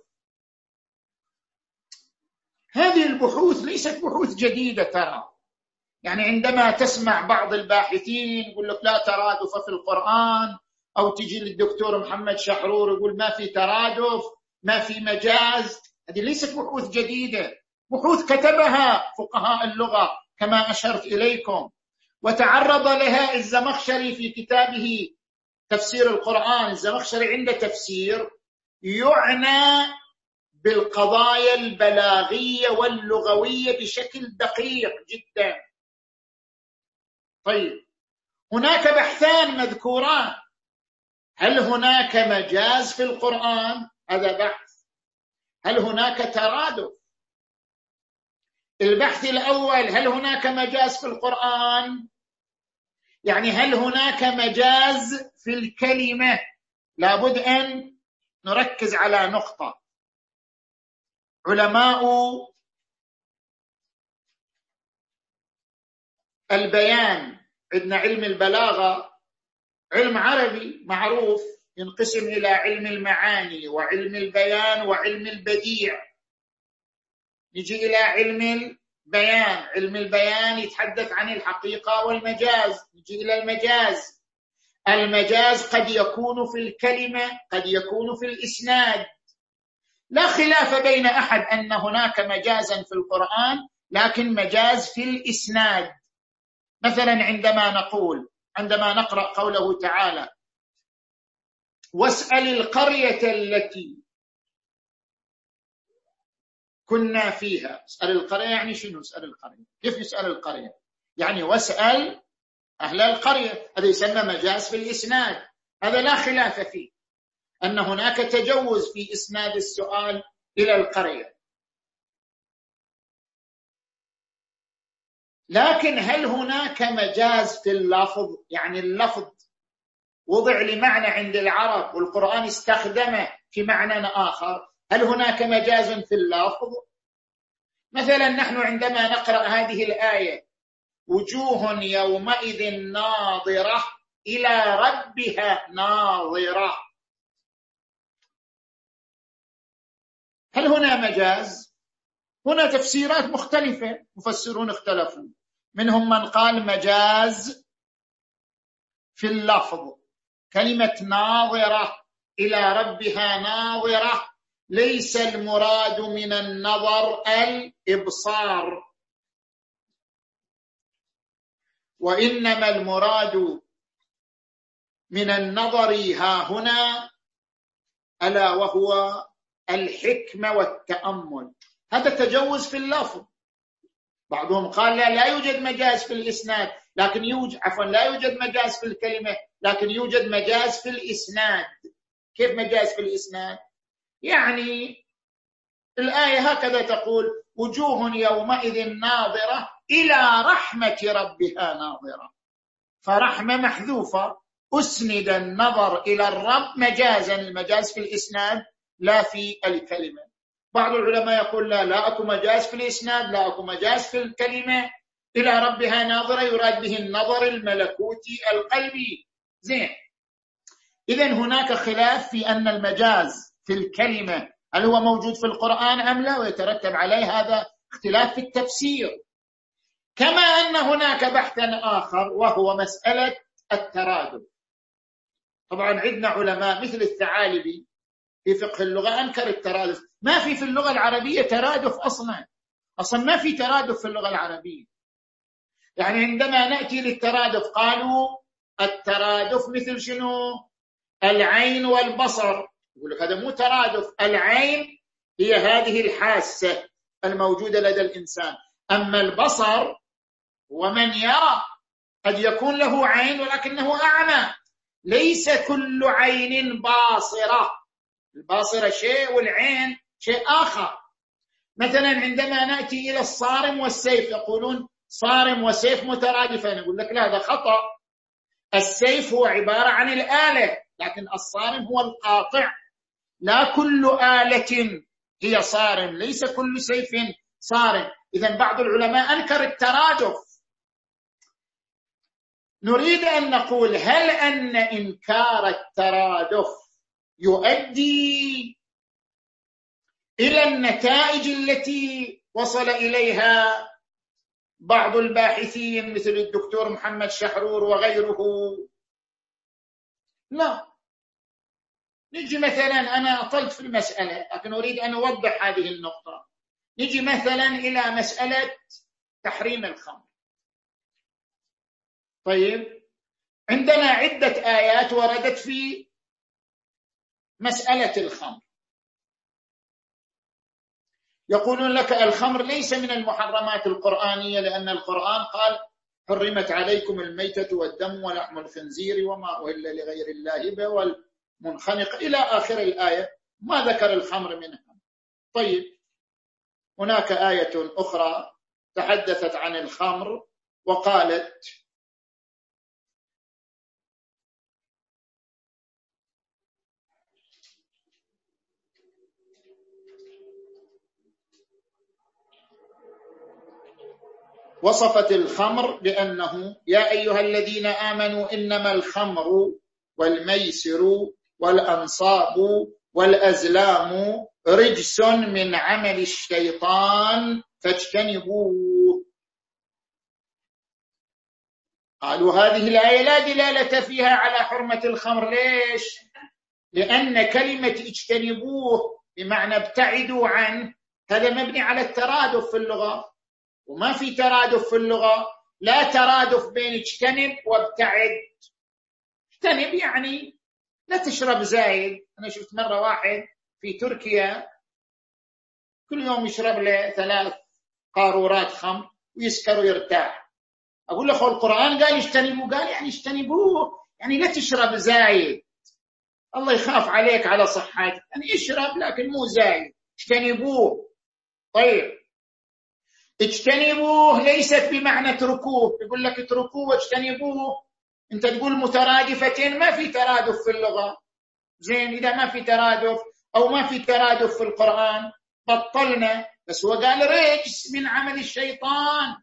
هذه البحوث ليست بحوث جديدة ترى. يعني عندما تسمع بعض الباحثين يقول لك لا ترادف في القرآن، أو تجي للدكتور محمد شحرور يقول ما في ترادف، ما في مجاز، هذه ليست بحوث جديدة، بحوث كتبها فقهاء اللغة كما أشرت إليكم، وتعرض لها الزمخشري في كتابه تفسير القرآن. الزمخشري عنده تفسير يعنى بالقضايا البلاغية واللغوية بشكل دقيق جدا. طيب هناك بحثان مذكوران، هل هناك مجاز في القرآن؟ هذا بحث. هل هناك ترادف؟ البحث الأول، هل هناك مجاز في القرآن؟ يعني هل هناك مجاز في الكلمة؟ لابد أن نركز على نقطة. علماء البيان، عندنا علم البلاغة علم عربي معروف ينقسم إلى علم المعاني وعلم البيان وعلم البديع. نجي إلى علم البيان، علم البيان يتحدث عن الحقيقة والمجاز. نجي إلى المجاز، المجاز قد يكون في الكلمة، قد يكون في الإسناد. لا خلاف بين أحد أن هناك مجازا في القرآن، لكن مجاز في الإسناد. مثلا عندما نقول، عندما نقرأ قوله تعالى واسأل القرية التي كنا فيها. اسأل القرية يعني شنو؟ اسأل القرية، كيف يسأل القرية؟ يعني واسأل أهل القرية، هذا يسمى مجاز في الإسناد. هذا لا خلاف فيه أن هناك تجوز في إسناد السؤال إلى القرية. لكن هل هناك مجاز في اللفظ؟ يعني اللفظ وضع لمعنى عند العرب والقرآن استخدمه في معنى آخر، هل هناك مجاز في اللفظ؟ مثلا نحن عندما نقرأ هذه الآية وجوه يومئذ ناظرة إلى ربها ناظرة، هل هنا مجاز؟ هنا تفسيرات مختلفة، مفسرون اختلفوا، منهم من قال مجاز في اللفظ. كلمة ناظرة إلى ربها ناظرة ليس المراد من النظر الإبصار، وإنما المراد من النظر ها هنا ألا وهو الحكمة والتأمل. هذا تجوز في اللفظ. بعضهم قال لا, لا يوجد مجاز في الإسناد، لكن يوجد عفوا لا يوجد مجاز في الكلمة، لكن يوجد مجاز في الإسناد. كيف مجاز في الإسناد؟ يعني الآية هكذا تقول: وجوه يومئذ ناظرة إلى رحمة ربها ناظرة، فرحمة محذوفة، أسند النظر إلى الرب مجازا، المجاز في الإسناد لا في الكلمة. بعض العلماء يقول لا لا أكو مجاز في الإسناد، لا أكو مجاز في الكلمة، إلى ربها ناظرة يراد به النظر الملكوتي القلبي. زين، إذن هناك خلاف في أن المجاز في الكلمة هل هو موجود في القرآن أم لا، ويترتب عليه هذا اختلاف في التفسير. كما أن هناك بحثا آخر وهو مسألة الترادف. طبعا عندنا علماء مثل الثعالبي في فقه اللغة أنكر الترادف، ما في في اللغة العربية ترادف أصلا، أصلا ما في ترادف في اللغة العربية. يعني عندما نأتي للترادف قالوا الترادف مثل شنو؟ العين والبصر. يقول لك هذا مو ترادف، العين هي هذه الحاسة الموجودة لدى الإنسان، أما البصر ومن يرى قد يكون له عين ولكنه أعمى، ليس كل عين باصرة، الباصرة شيء والعين شيء آخر. مثلا عندما نأتي إلى الصارم والسيف يقولون صارم وسيف مترادفين، نقول لك لا، هذا خطأ، السيف هو عبارة عن الآلة، لكن الصارم هو القاطع، لا كل آلة هي صارم، ليس كل سيف صارم. إذن بعض العلماء أنكر الترادف. نريد أن نقول هل أن إنكار الترادف يؤدي إلى النتائج التي وصل إليها بعض الباحثين مثل الدكتور محمد شحرور وغيره؟ لا. نجي مثلا، أنا أطلت في المسألة لكن أريد أن أوضح هذه النقطة. نجي مثلا إلى مسألة تحريم الخمر. طيب، عندنا عدة آيات وردت في مسألة الخمر، يقولون لك الخمر ليس من المحرمات القرآنية، لأن القرآن قال حرمت عليكم الميتة والدم ولحم الخنزير وما أهل لغير الله به والمنخنق إلى آخر الآية، ما ذكر الخمر منها. طيب، هناك آية أخرى تحدثت عن الخمر وقالت وصفت الخمر بأنه يا أيها الذين آمنوا إنما الخمر والميسر والأنصاب والأزلام رجس من عمل الشيطان فاجتنبوه. قالوا هذه الآية لا دلالة فيها على حرمة الخمر. ليش؟ لأن كلمة اجتنبوه بمعنى ابتعدوا عنه، هذا مبني على الترادف في اللغة، وما في ترادف في اللغة، لا ترادف بين اجتنب وابتعد. اجتنب يعني لا تشرب زايد. أنا شفت مرة واحد في تركيا كل يوم يشرب له ثلاث قارورات خمر ويسكر ويرتاح. أقول له القرآن قال اجتنبوا، قال يعني اجتنبوه يعني لا تشرب زايد، الله يخاف عليك على صحتك، يعني اشرب لكن مو زايد، اجتنبوه. طيب، اجتنبوه ليست بمعنى اتركوه، يقول لك اتركوه واجتنبوه، انت تقول مترادفتين، ما في ترادف في اللغة. زين، إذا ما في ترادف أو ما في ترادف في القرآن بطلنا. بس هو قال رجس من عمل الشيطان،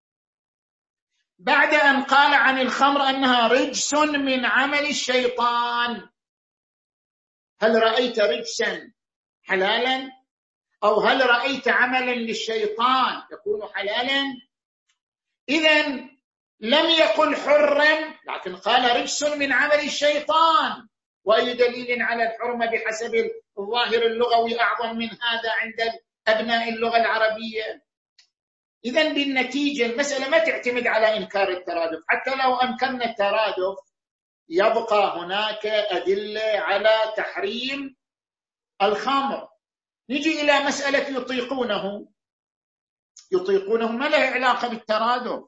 بعد أن قال عن الخمر أنها رجس من عمل الشيطان. هل رأيت رجسا حلالا؟ أو هل رأيت عملا للشيطان يكون حلالا؟ إذن لم يقل حرم، لكن قال رجس من عمل الشيطان. وأي دليل على الحرمة بحسب الظاهر اللغوي أعظم من هذا عند أبناء اللغة العربية؟ إذن بالنتيجة المسألة ما تعتمد على إنكار الترادف، حتى لو أنكرنا الترادف يبقى هناك أدلة على تحريم الخمر. نجي إلى مسألة يطيقونه. يطيقونه ما له علاقة بالترادف.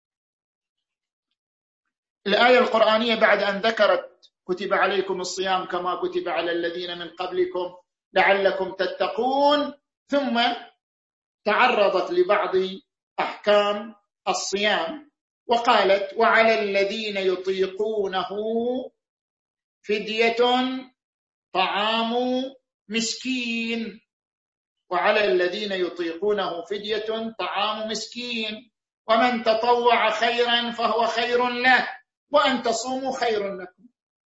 الآية القرآنية بعد أن ذكرت كتب عليكم الصيام كما كتب على الذين من قبلكم لعلكم تتقون، ثم تعرضت لبعض أحكام الصيام وقالت وعلى الذين يطيقونه فدية طعام مسكين، وعلى الذين يطيقونه فدية طعام مسكين، ومن تطوع خيرا فهو خير له، وأن تصوموا خير لكم.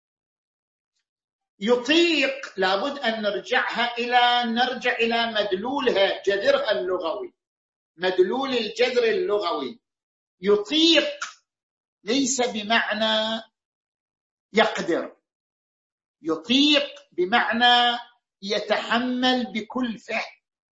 يطيق لابد أن نرجعها إلى نرجع إلى مدلولها، جذرها اللغوي، مدلول الجذر اللغوي. يطيق ليس بمعنى يقدر، يطيق بمعنى يتحمل بكلفة.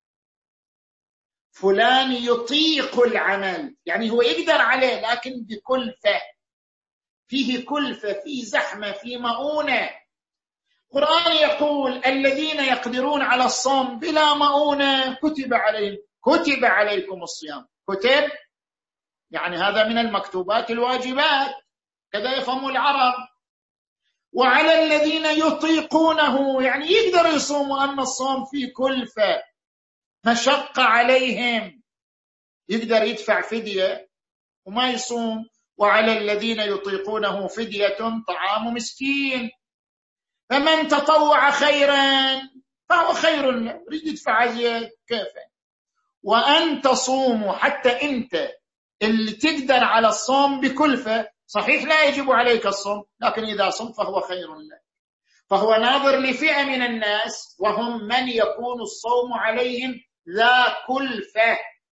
فلان يطيق العمل يعني هو يقدر عليه لكن بكلفة، فيه كلفة، فيه زحمة، فيه مؤونة. القرآن يقول الذين يقدرون على الصوم بلا مؤونة كتب عليهم، كتب عليكم الصيام، كتب يعني هذا من المكتوبات الواجبات، كذا يفهم العرب. وعلى الذين يطيقونه يعني يقدر يصوموا، أما الصوم فيه كلفة، مشقة عليهم، يقدر يدفع فدية وما يصوم. وعلى الذين يطيقونه فدية طعام مسكين، فمن تطوع خيرا فهو خير له، يريد يدفع زيادة كيفه. وأن تصوموا، حتى أنت اللي تقدر على الصوم بكلفة، صحيح لا يجب عليك الصوم، لكن إذا صمت فهو خير لك. فهو ناظر لفئة من الناس وهم من يكون الصوم عليهم ذا كلفة،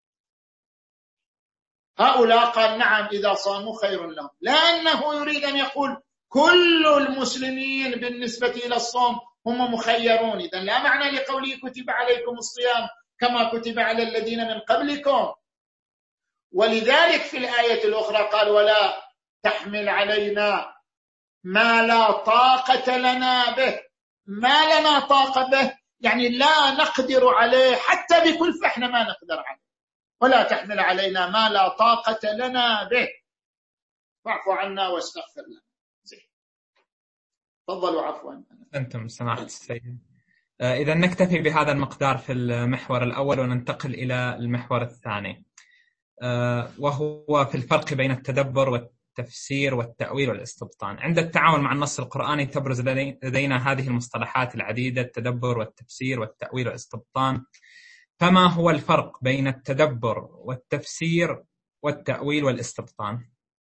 هؤلاء قال نعم إذا صاموا خير لهم، لأنه يريد أن يقول كل المسلمين بالنسبة إلى الصوم هم مخيرون. إذن لا معنى لقوله كتب عليكم الصيام كما كتب على الذين من قبلكم. ولذلك في الآية الأخرى قال ولا تحمل علينا ما لا طاقة لنا به. ما لنا طاقة به يعني لا نقدر عليه، حتى بكلفة احنا ما نقدر عليه. ولا تحمل علينا ما لا طاقة لنا به فاعف عنا واستغفر لنا. زين، تفضلوا. عفوا. أنتم سماحة السيد. إذا نكتفي بهذا المقدار في المحور الأول وننتقل إلى المحور الثاني، وهو في الفرق بين التدبر والتفسير والتأويل والاستبطان. عند التعامل مع النص القرآني تبرز لدينا هذه المصطلحات العديدة: التدبر والتفسير والتأويل والاستبطان. فما هو الفرق بين التدبر والتفسير والتأويل والاستبطان؟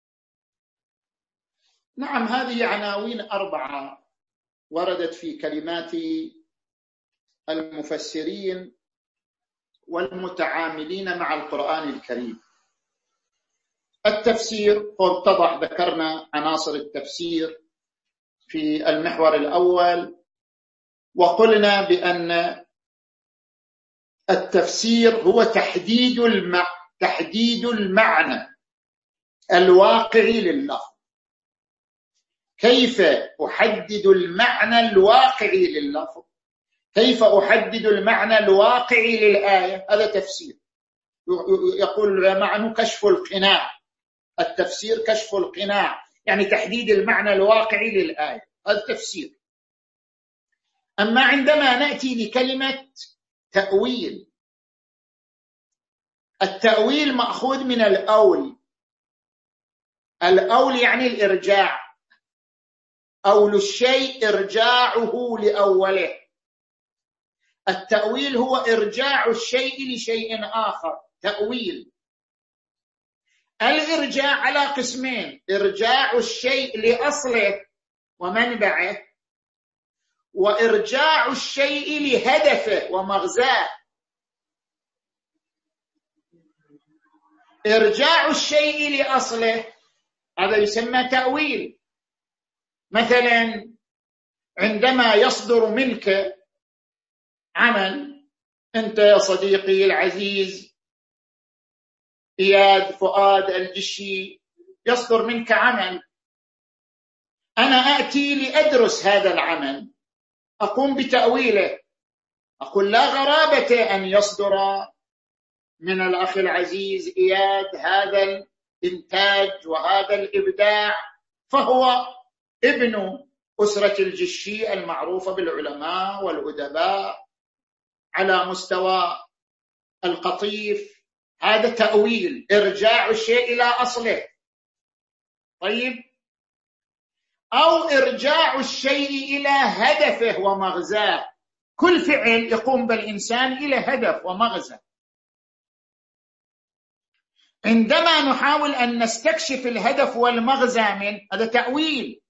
نعم، هذه عناوين أربعة وردت في كلمات المفسرين والمتعاملين مع القرآن الكريم. التفسير اتضح، ذكرنا عناصر التفسير في المحور الأول، وقلنا بأن التفسير هو تحديد المعنى تحديد المعنى الواقعي لللفظ. كيف أحدد المعنى الواقعي لللفظ؟ كيف أحدد المعنى الواقعي للآية؟ هذا تفسير. يقول معنى كشف القناع. التفسير كشف القناع، يعني تحديد المعنى الواقعي للآية، هذا تفسير. أما عندما نأتي لكلمة تأويل، التأويل مأخوذ من الأول. الأول يعني الإرجاع، أول الشيء إرجاعه لأوله. التأويل هو إرجاع الشيء لشيء آخر، تأويل. الإرجاع على قسمين: إرجاع الشيء لأصله ومنبعه، وإرجاع الشيء لهدفه ومغزاه. إرجاع الشيء لأصله هذا يسمى تأويل. مثلا عندما يصدر منك عمل، أنت يا صديقي العزيز إياد فؤاد الجشي، يصدر منك عمل، أنا آتي لأدرس هذا العمل، أقوم بتأويله، أقول لا غرابة أن يصدر من الأخ العزيز إياد هذا الإنتاج وهذا الإبداع، فهو ابن أسرة الجشي المعروفة بالعلماء والأدباء على مستوى القطيف، هذا تأويل، إرجاع الشيء إلى أصله. طيب، أو إرجاع الشيء إلى هدفه ومغزاه. كل فعل يقوم بالإنسان إلى هدف ومغزى. عندما نحاول أن نستكشف الهدف والمغزى من هذا تأويل،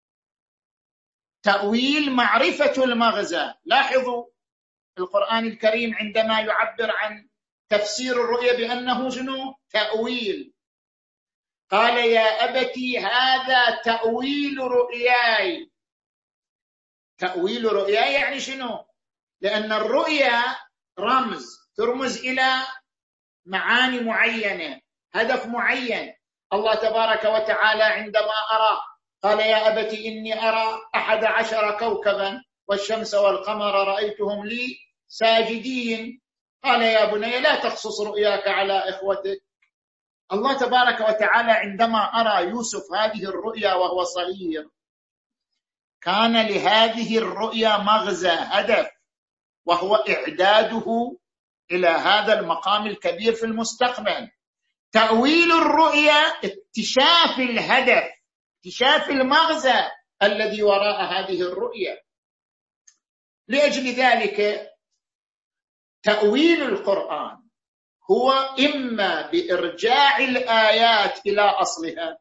تأويل معرفة المغزى. لاحظوا القرآن الكريم عندما يعبر عن تفسير الرؤيا بأنه شنو؟ تأويل. قال يا أبتي هذا تأويل رؤياي. تأويل رؤياي يعني شنو؟ لأن الرؤيا رمز، ترمز إلى معاني معينة، هدف معين. الله تبارك وتعالى عندما أرى قال يا أبتي إني أرى أحد عشر كوكبا والشمس والقمر رأيتهم لي ساجدين. قال يا بني لا تقصص رؤياك على إخوتك. الله تبارك وتعالى عندما أرى يوسف هذه الرؤيا وهو صغير، كان لهذه الرؤيا مغزى، هدف، وهو إعداده إلى هذا المقام الكبير في المستقبل. تأويل الرؤيا اكتشاف الهدف، اكتشاف المغزى الذي وراء هذه الرؤيا. لأجل ذلك تأويل القرآن هو إما بإرجاع الآيات إلى أصلها،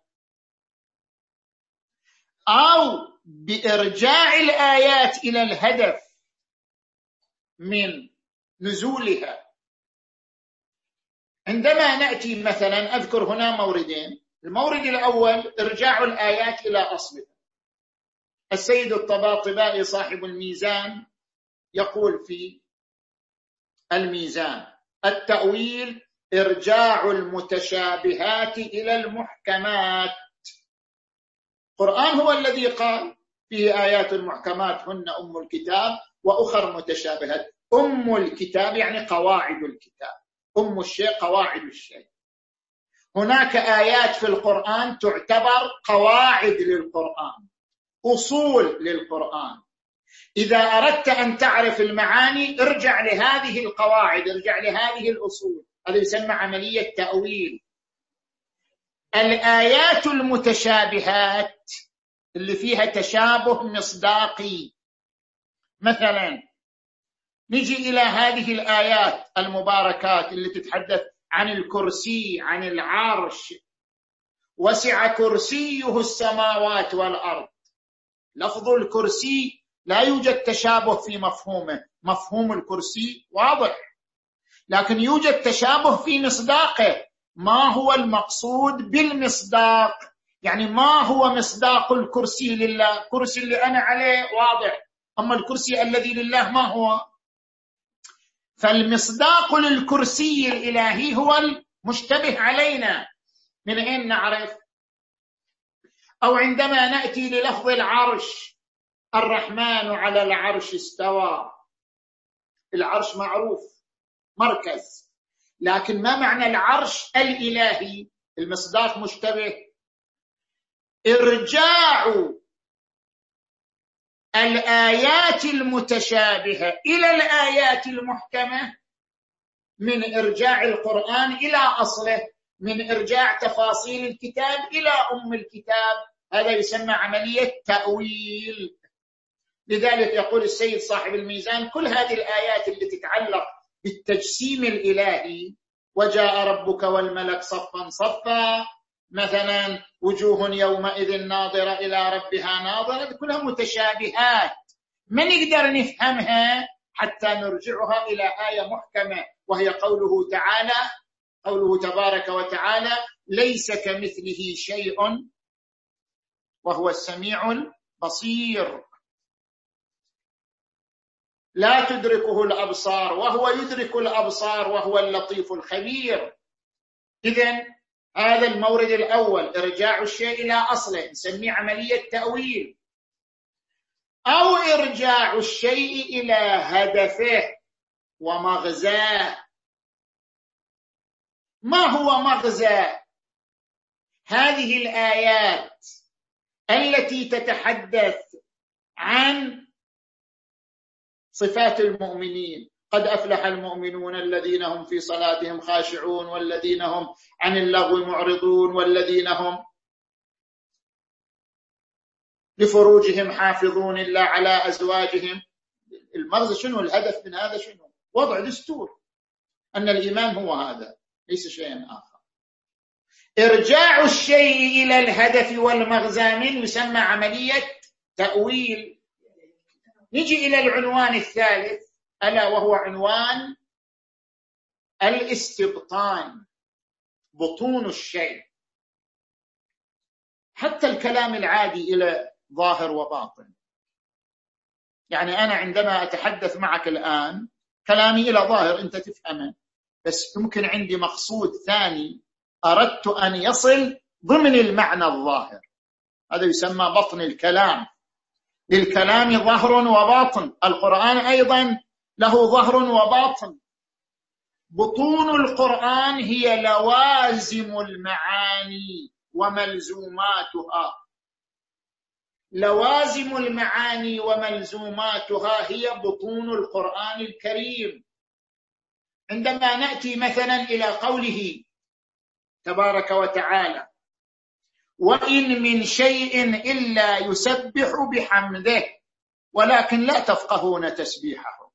أو بإرجاع الآيات إلى الهدف من نزولها. عندما نأتي مثلا، أذكر هنا موردين. المورد الأول إرجاع الآيات إلى أصلها. السيد الطباطبائي صاحب الميزان يقول في الميزان: التأويل إرجاع المتشابهات إلى المحكمات. القرآن هو الذي قال فيه آيات محكمات هن أم الكتاب وأخر متشابهات. أم الكتاب يعني قواعد الكتاب، أم الشيء قواعد الشيء. هناك آيات في القرآن تعتبر قواعد للقرآن، أصول للقرآن. إذا أردت أن تعرف المعاني ارجع لهذه القواعد، ارجع لهذه الأصول. هذا يسمى عملية تأويل. الآيات المتشابهات اللي فيها تشابه مصداقي، مثلا نجي إلى هذه الآيات المباركات اللي تتحدث عن الكرسي، عن العرش، وسع كرسيه السماوات والأرض. لفظ الكرسي لا يوجد تشابه في مفهومه، مفهوم الكرسي واضح، لكن يوجد تشابه في مصداقه. ما هو المقصود بالمصداق؟ يعني ما هو مصداق الكرسي لله؟ كرسي اللي أنا عليه واضح، أما الكرسي الذي لله ما هو؟ فالمصداق للكرسي الإلهي هو المشتبه علينا. من أين نعرف؟ أو عندما نأتي للفظ العرش: الرحمن على العرش استوى. العرش معروف مركز، لكن ما معنى العرش الإلهي؟ المصداق مشتبه. إرجاع الآيات المتشابهة إلى الآيات المحكمة من إرجاع القرآن إلى أصله، من إرجاع تفاصيل الكتاب إلى أم الكتاب. هذا يسمى عملية تأويل. لذلك يقول السيد صاحب الميزان: كل هذه الآيات اللي تتعلق بالتجسيم الإلهي، وجاء ربك والملك صفا صفا، مثلا وجوه يومئذ ناظرة إلى ربها ناظرة، كلها متشابهات. ما نقدر نفهمها حتى نرجعها إلى آية محكمة، وهي قوله تعالى، قوله تبارك وتعالى: ليس كمثله شيء وهو السميع البصير، لا تدركه الأبصار وهو يدرك الأبصار وهو اللطيف الخبير. إذن هذا المورد الأول، إرجاع الشيء إلى أصله، نسميه عملية تأويل. أو إرجاع الشيء إلى هدفه ومغزاه. ما هو مغزى هذه الآيات التي تتحدث عن صفات المؤمنين قد أفلح المؤمنون الذين هم في صلاتهم خاشعون والذين هم عن اللغو معرضون والذين هم لفروجهم حافظون إلا على أزواجهم. المغزى شنو؟ الهدف من هذا شنو؟ وضع دستور أن الإيمان هو هذا ليس شيئا آخر. إرجاع الشيء إلى الهدف والمغزى منه يسمى عملية تأويل. نجي إلى العنوان الثالث ألا وهو عنوان الاستبطان، بطون الشيء. حتى الكلام العادي إلى ظاهر وباطن. يعني أنا عندما أتحدث معك الآن كلامي إلى ظاهر أنت تفهمه، بس ممكن عندي مقصود ثاني أردت أن يصل ضمن المعنى الظاهر، هذا يسمى بطن الكلام. للكلام ظهر وباطن، القرآن أيضا له ظهر وباطن. بطون القرآن هي لوازم المعاني وملزوماتها. لوازم المعاني وملزوماتها هي بطون القرآن الكريم. عندما نأتي مثلا إلى قوله تبارك وتعالى وإن من شيء إلا يسبح بحمده ولكن لا تفقهون تسبيحه.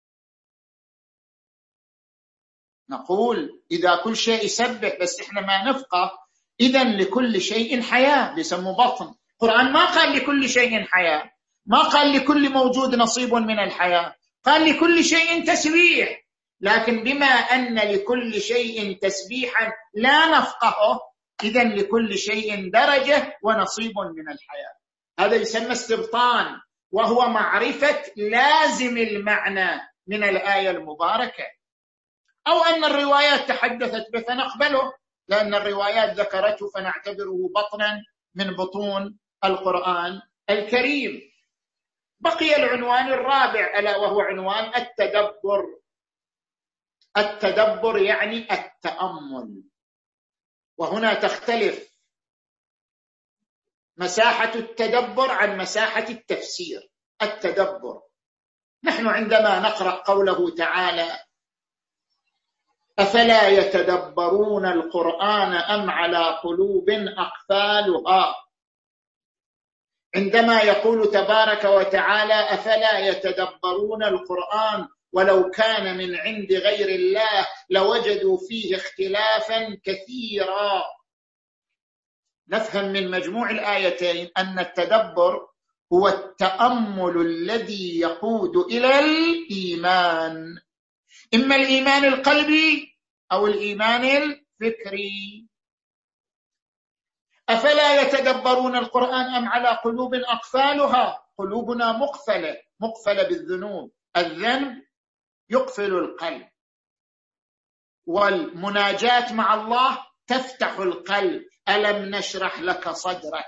نقول إذا كل شيء يسبح بس إحنا ما نفقه، إذن لكل شيء حياة، بيسموه بطن. القرآن ما قال لكل شيء حياة، ما قال لكل موجود نصيب من الحياة، قال لكل شيء تسبيح. لكن بما أن لكل شيء تسبيحا لا نفقهه، إذن لكل شيء درجة ونصيب من الحياة. هذا يسمى استبطان، وهو معرفة لازم المعنى من الآية المباركة، أو أن الروايات تحدثت به فنقبله لأن الروايات ذكرته فنعتبره بطنا من بطون القرآن الكريم. بقي العنوان الرابع ألا وهو عنوان التدبر. التدبر يعني التأمل، وهنا تختلف مساحة التدبر عن مساحة التفسير. التدبر، نحن عندما نقرأ قوله تعالى أفلا يتدبرون القرآن أم على قلوب أقفالها، عندما يقول تبارك وتعالى أفلا يتدبرون القرآن ولو كان من عند غير الله لوجدوا فيه اختلافا كثيرا، نفهم من مجموع الآيتين أن التدبر هو التأمل الذي يقود إلى الإيمان، إما الإيمان القلبي أو الإيمان الفكري. أفلا يتدبرون القرآن أم على قلوب أقفالها، قلوبنا مقفلة، مقفلة بالذنوب، الذنب يقفل القلب، والمناجاة مع الله تفتح القلب. ألم نشرح لك صدرك.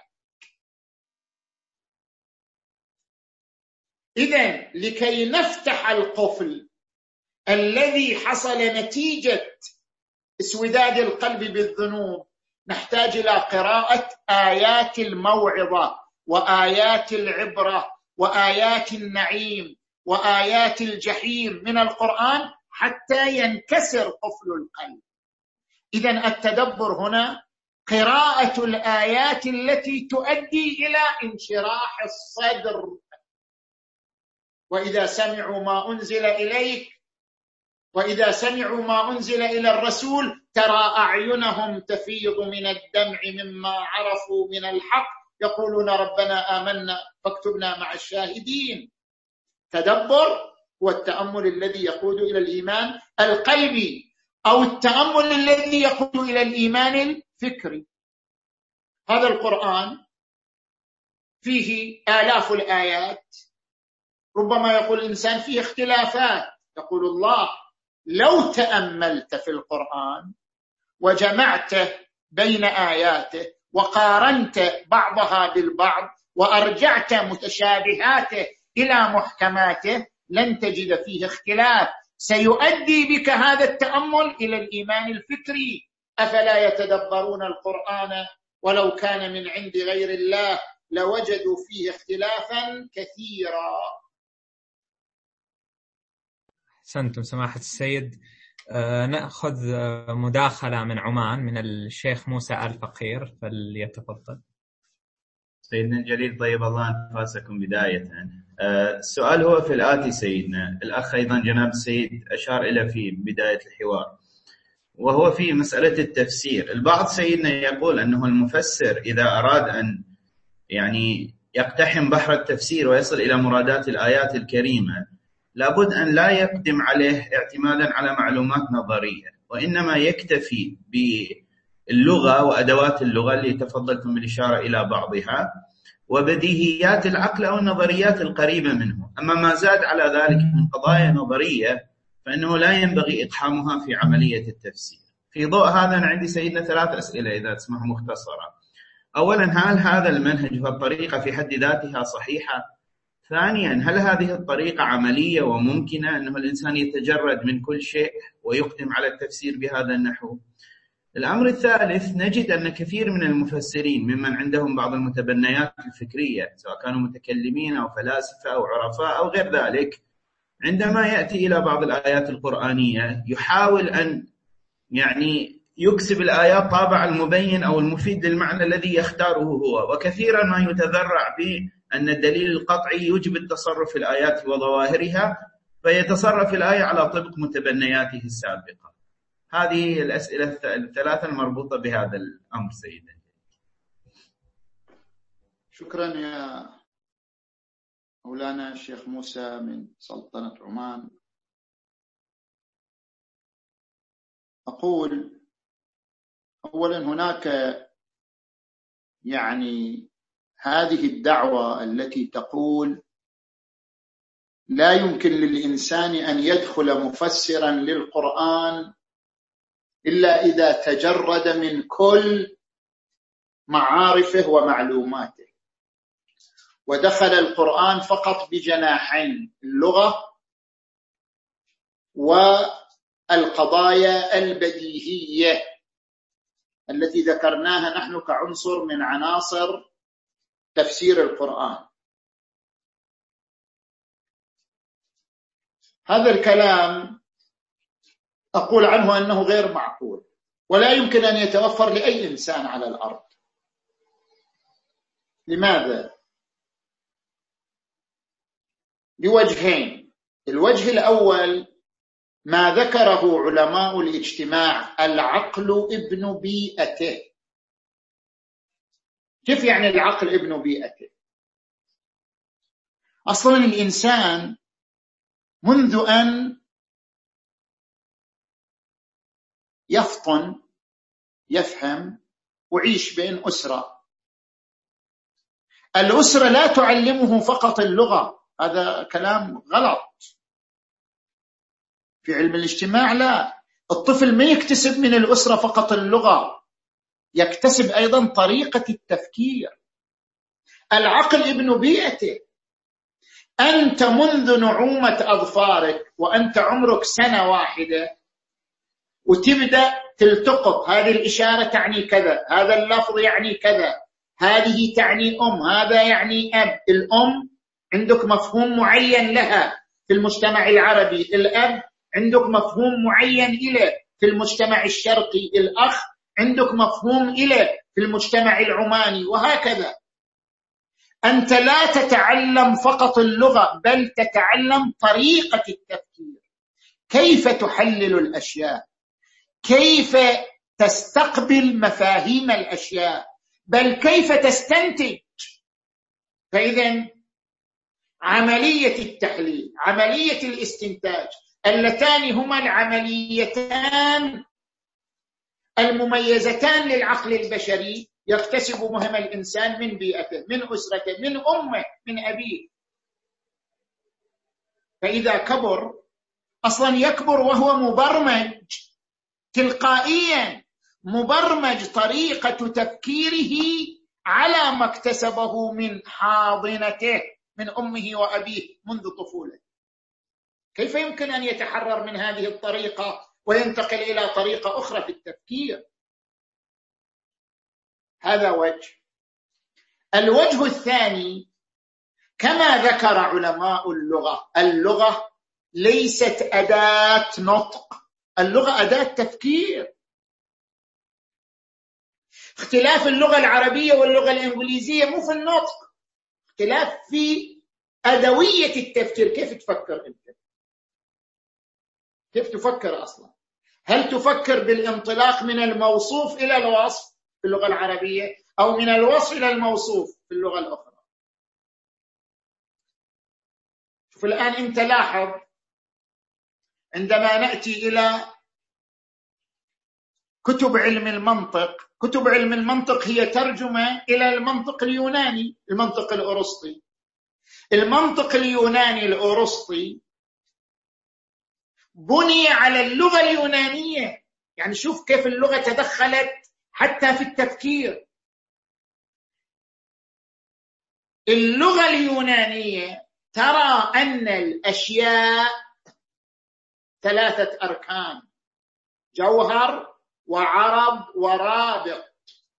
إذن لكي نفتح القفل الذي حصل نتيجة اسوداد القلب بالذنوب نحتاج إلى قراءة آيات الموعظة وآيات العبرة وآيات النعيم وآيات الجحيم من القرآن حتى ينكسر قفل القلب. إذن التدبر هنا قراءة الآيات التي تؤدي إلى انشراح الصدر. وإذا سمعوا ما أنزل إليك وإذا سمعوا ما أنزل إلى الرسول ترى أعينهم تفيض من الدمع مما عرفوا من الحق يقولون ربنا آمنا فاكتبنا مع الشاهدين. تدبر هو التأمل الذي يقود إلى الإيمان القلبي أو التأمل الذي يقود إلى الإيمان الفكري. هذا القرآن فيه آلاف الآيات، ربما يقول الإنسان فيه اختلافات، يقول الله لو تأملت في القرآن وجمعت بين آياته وقارنت بعضها بالبعض وأرجعت متشابهاته إلى محكماته لن تجد فيه اختلاف، سيؤدي بك هذا التأمل إلى الإيمان الفكري. أفلا يتدبرون القرآن ولو كان من عند غير الله لوجدوا فيه اختلافا كثيرا. أحسنتم سماحة السيد. آه نأخذ مداخلة من عمان من الشيخ موسى آل فقير، فليتفضل. سيدنا الجليل طيب الله أنفاسكم بداية. آه السؤال هو في الآتي سيدنا الأخ أيضا جناب السيد أشار إلى في بداية الحوار، وهو في مسألة التفسير. البعض سيدنا يقول أنه المفسر إذا أراد أن يعني يقتحم بحر التفسير ويصل إلى مرادات الآيات الكريمة لابد أن لا يقدم عليه اعتمادا على معلومات نظرية، وإنما يكتفي باللغة وأدوات اللغة اللي تفضلتم بالإشارة إلى بعضها وبديهيات العقل أو النظريات القريبة منه. أما ما زاد على ذلك من قضايا نظرية فإنه لا ينبغي إقحامها في عملية التفسير. في ضوء هذا أنا عندي سيدنا ثلاث أسئلة إذا تسمح مختصرة. أولا، هل هذا المنهج والطريقة في حد ذاتها صحيحة؟ ثانيا، هل هذه الطريقة عملية وممكنة أنه الإنسان يتجرد من كل شيء ويقدم على التفسير بهذا النحو؟ الأمر الثالث، نجد أن كثير من المفسرين ممن عندهم بعض المتبنيات الفكرية سواء كانوا متكلمين أو فلاسفة أو عرفاء أو غير ذلك، عندما يأتي إلى بعض الآيات القرآنية يحاول أن يعني يكسب الآيات طابع المبين أو المفيد للمعنى الذي يختاره هو، وكثيرا ما يتذرع بأن الدليل القطعي يوجب التصرف في الآيات وظواهرها فيتصرف الآية على طبق متبنياته السابقة. هذه الأسئلة الثلاثة المربوطة بهذا الأمر سيدنا. شكرا يا مولانا الشيخ موسى من سلطنة عمان. أقول أولا، هناك يعني هذه الدعوة التي تقول لا يمكن للإنسان أن يدخل مفسرا للقرآن إلا إذا تجرد من كل معارفه ومعلوماته، ودخل القرآن فقط بجناحين، اللغة والقضايا البديهية التي ذكرناها نحن كعنصر من عناصر تفسير القرآن. هذا الكلام أقول عنه أنه غير معقول ولا يمكن أن يتوفر لأي إنسان على الأرض. لماذا؟ بوجهين. الوجه الأول ما ذكره علماء الاجتماع، العقل ابن بيئته. كيف يعني العقل ابن بيئته؟ أصلا الإنسان منذ أن يفطن يفهم وعيش بين أسرة، الأسرة لا تعلمه فقط اللغة، هذا كلام غلط. في علم الاجتماع لا، الطفل ما يكتسب من الأسرة فقط اللغة، يكتسب أيضا طريقة التفكير. العقل ابن بيئته. أنت منذ نعومة أظفارك وأنت عمرك سنة واحدة وتبدأ تلتقط، هذه الإشارة تعني كذا، هذا اللفظ يعني كذا، هذه تعني أم، هذا يعني أب. الأم عندك مفهوم معين لها في المجتمع العربي، الأب عندك مفهوم معين إليه في المجتمع الشرقي، الأخ عندك مفهوم إليه في المجتمع العماني، وهكذا. أنت لا تتعلم فقط اللغة بل تتعلم طريقة التفكير، كيف تحلل الأشياء، كيف تستقبل مفاهيم الأشياء، بل كيف تستنتج. فإذا عملية التحليل، عملية الاستنتاج، اللتان هما العمليتان المميزتان للعقل البشري، يكتسب مهم الإنسان من بيئته، من أسرته، من أمه، من أبيه. فإذا كبر أصلا يكبر وهو مبرمج تلقائيا، مبرمج طريقة تفكيره على ما اكتسبه من حاضنته من أمه وأبيه منذ طفولته. كيف يمكن أن يتحرر من هذه الطريقة وينتقل إلى طريقة أخرى في التفكير؟ هذا وجه. الوجه الثاني، كما ذكر علماء اللغة، اللغة ليست أداة نطق، اللغة أداة تفكير. اختلاف اللغة العربية واللغة الإنجليزية مو في النطق، اختلاف في أدوية التفكير. كيف تفكر أنت؟ كيف تفكر أصلا؟ هل تفكر بالانطلاق من الموصوف إلى الوصف في اللغة العربية، أو من الوصف إلى الموصوف في اللغة الأخرى؟ شوف الآن أنت لاحظ، عندما نأتي إلى كتب علم المنطق، كتب علم المنطق هي ترجمة إلى المنطق اليوناني، المنطق الأرسطي. المنطق اليوناني الأرسطي بني على اللغة اليونانية، يعني شوف كيف اللغة تدخلت حتى في التفكير. اللغة اليونانية ترى أن الأشياء ثلاثة أركان: جوهر وعرض ورابط.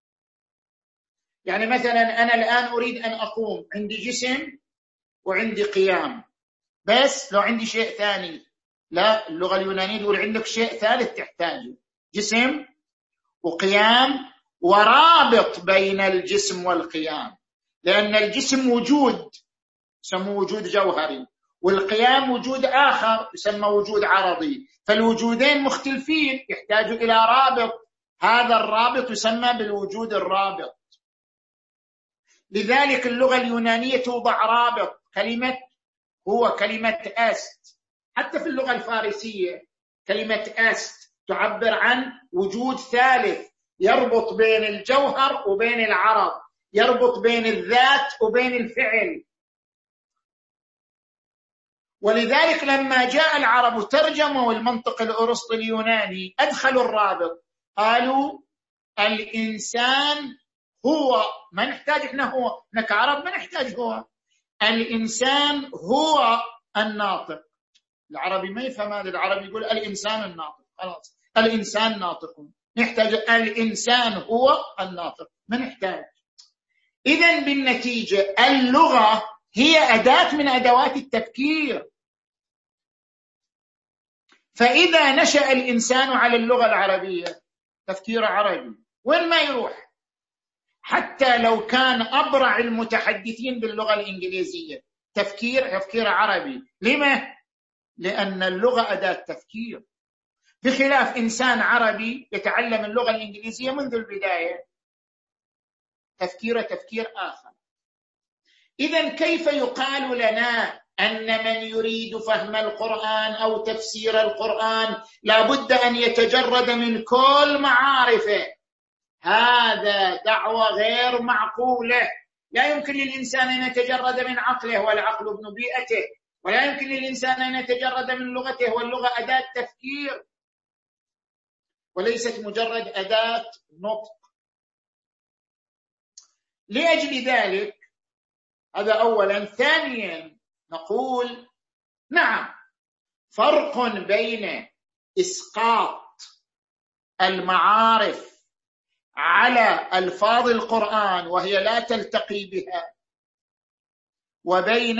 يعني مثلا أنا الآن أريد أن أقوم، عندي جسم وعندي قيام، بس لو عندي شيء ثاني، لا، اللغة اليونانية تقول عندك شيء ثالث تحتاجه: جسم وقيام ورابط بين الجسم والقيام، لأن الجسم وجود يسمى وجود جوهري، والقيام وجود آخر يسمى وجود عرضي، فالوجودين مختلفين يحتاجوا إلى رابط، هذا الرابط يسمى بالوجود الرابط. لذلك اللغة اليونانية توضع رابط، كلمة هو، كلمة أست. حتى في اللغة الفارسية كلمة أست تعبر عن وجود ثالث يربط بين الجوهر وبين العرض، يربط بين الذات وبين الفعل. ولذلك لما جاء العرب ترجموا المنطق الأرسطي اليوناني أدخلوا الرابط، قالوا الإنسان هو، ما نحتاج إحنا هو، إحنا كعرب ما نحتاج هو، الإنسان هو الناطق. العربي ما يفهم هذا، العربي يقول الإنسان الناطق، خلاص الإنسان ناطق، نحتاج الإنسان هو الناطق، ما نحتاج. إذن بالنتيجة اللغة هي أداة من أدوات التفكير. فإذا نشأ الإنسان على اللغة العربية تفكير عربي، وين ما يروح، حتى لو كان أبرع المتحدثين باللغة الإنجليزية تفكير تفكير عربي. لما؟ لأن اللغة أداة تفكير، بخلاف إنسان عربي يتعلم اللغة الإنجليزية منذ البداية تفكير تفكير آخر. إذن كيف يقال لنا أن من يريد فهم القرآن أو تفسير القرآن لابد أن يتجرد من كل معارفه؟ هذا دعوة غير معقولة. لا يمكن للإنسان أن يتجرد من عقله، والعقل ابن بيئته، ولا يمكن للإنسان أن يتجرد من لغته، واللغة أداة تفكير وليست مجرد أداة نطق. لأجل ذلك هذا أولا. ثانيا نقول نعم فرق بين إسقاط المعارف على ألفاظ القرآن وهي لا تلتقي بها، وبين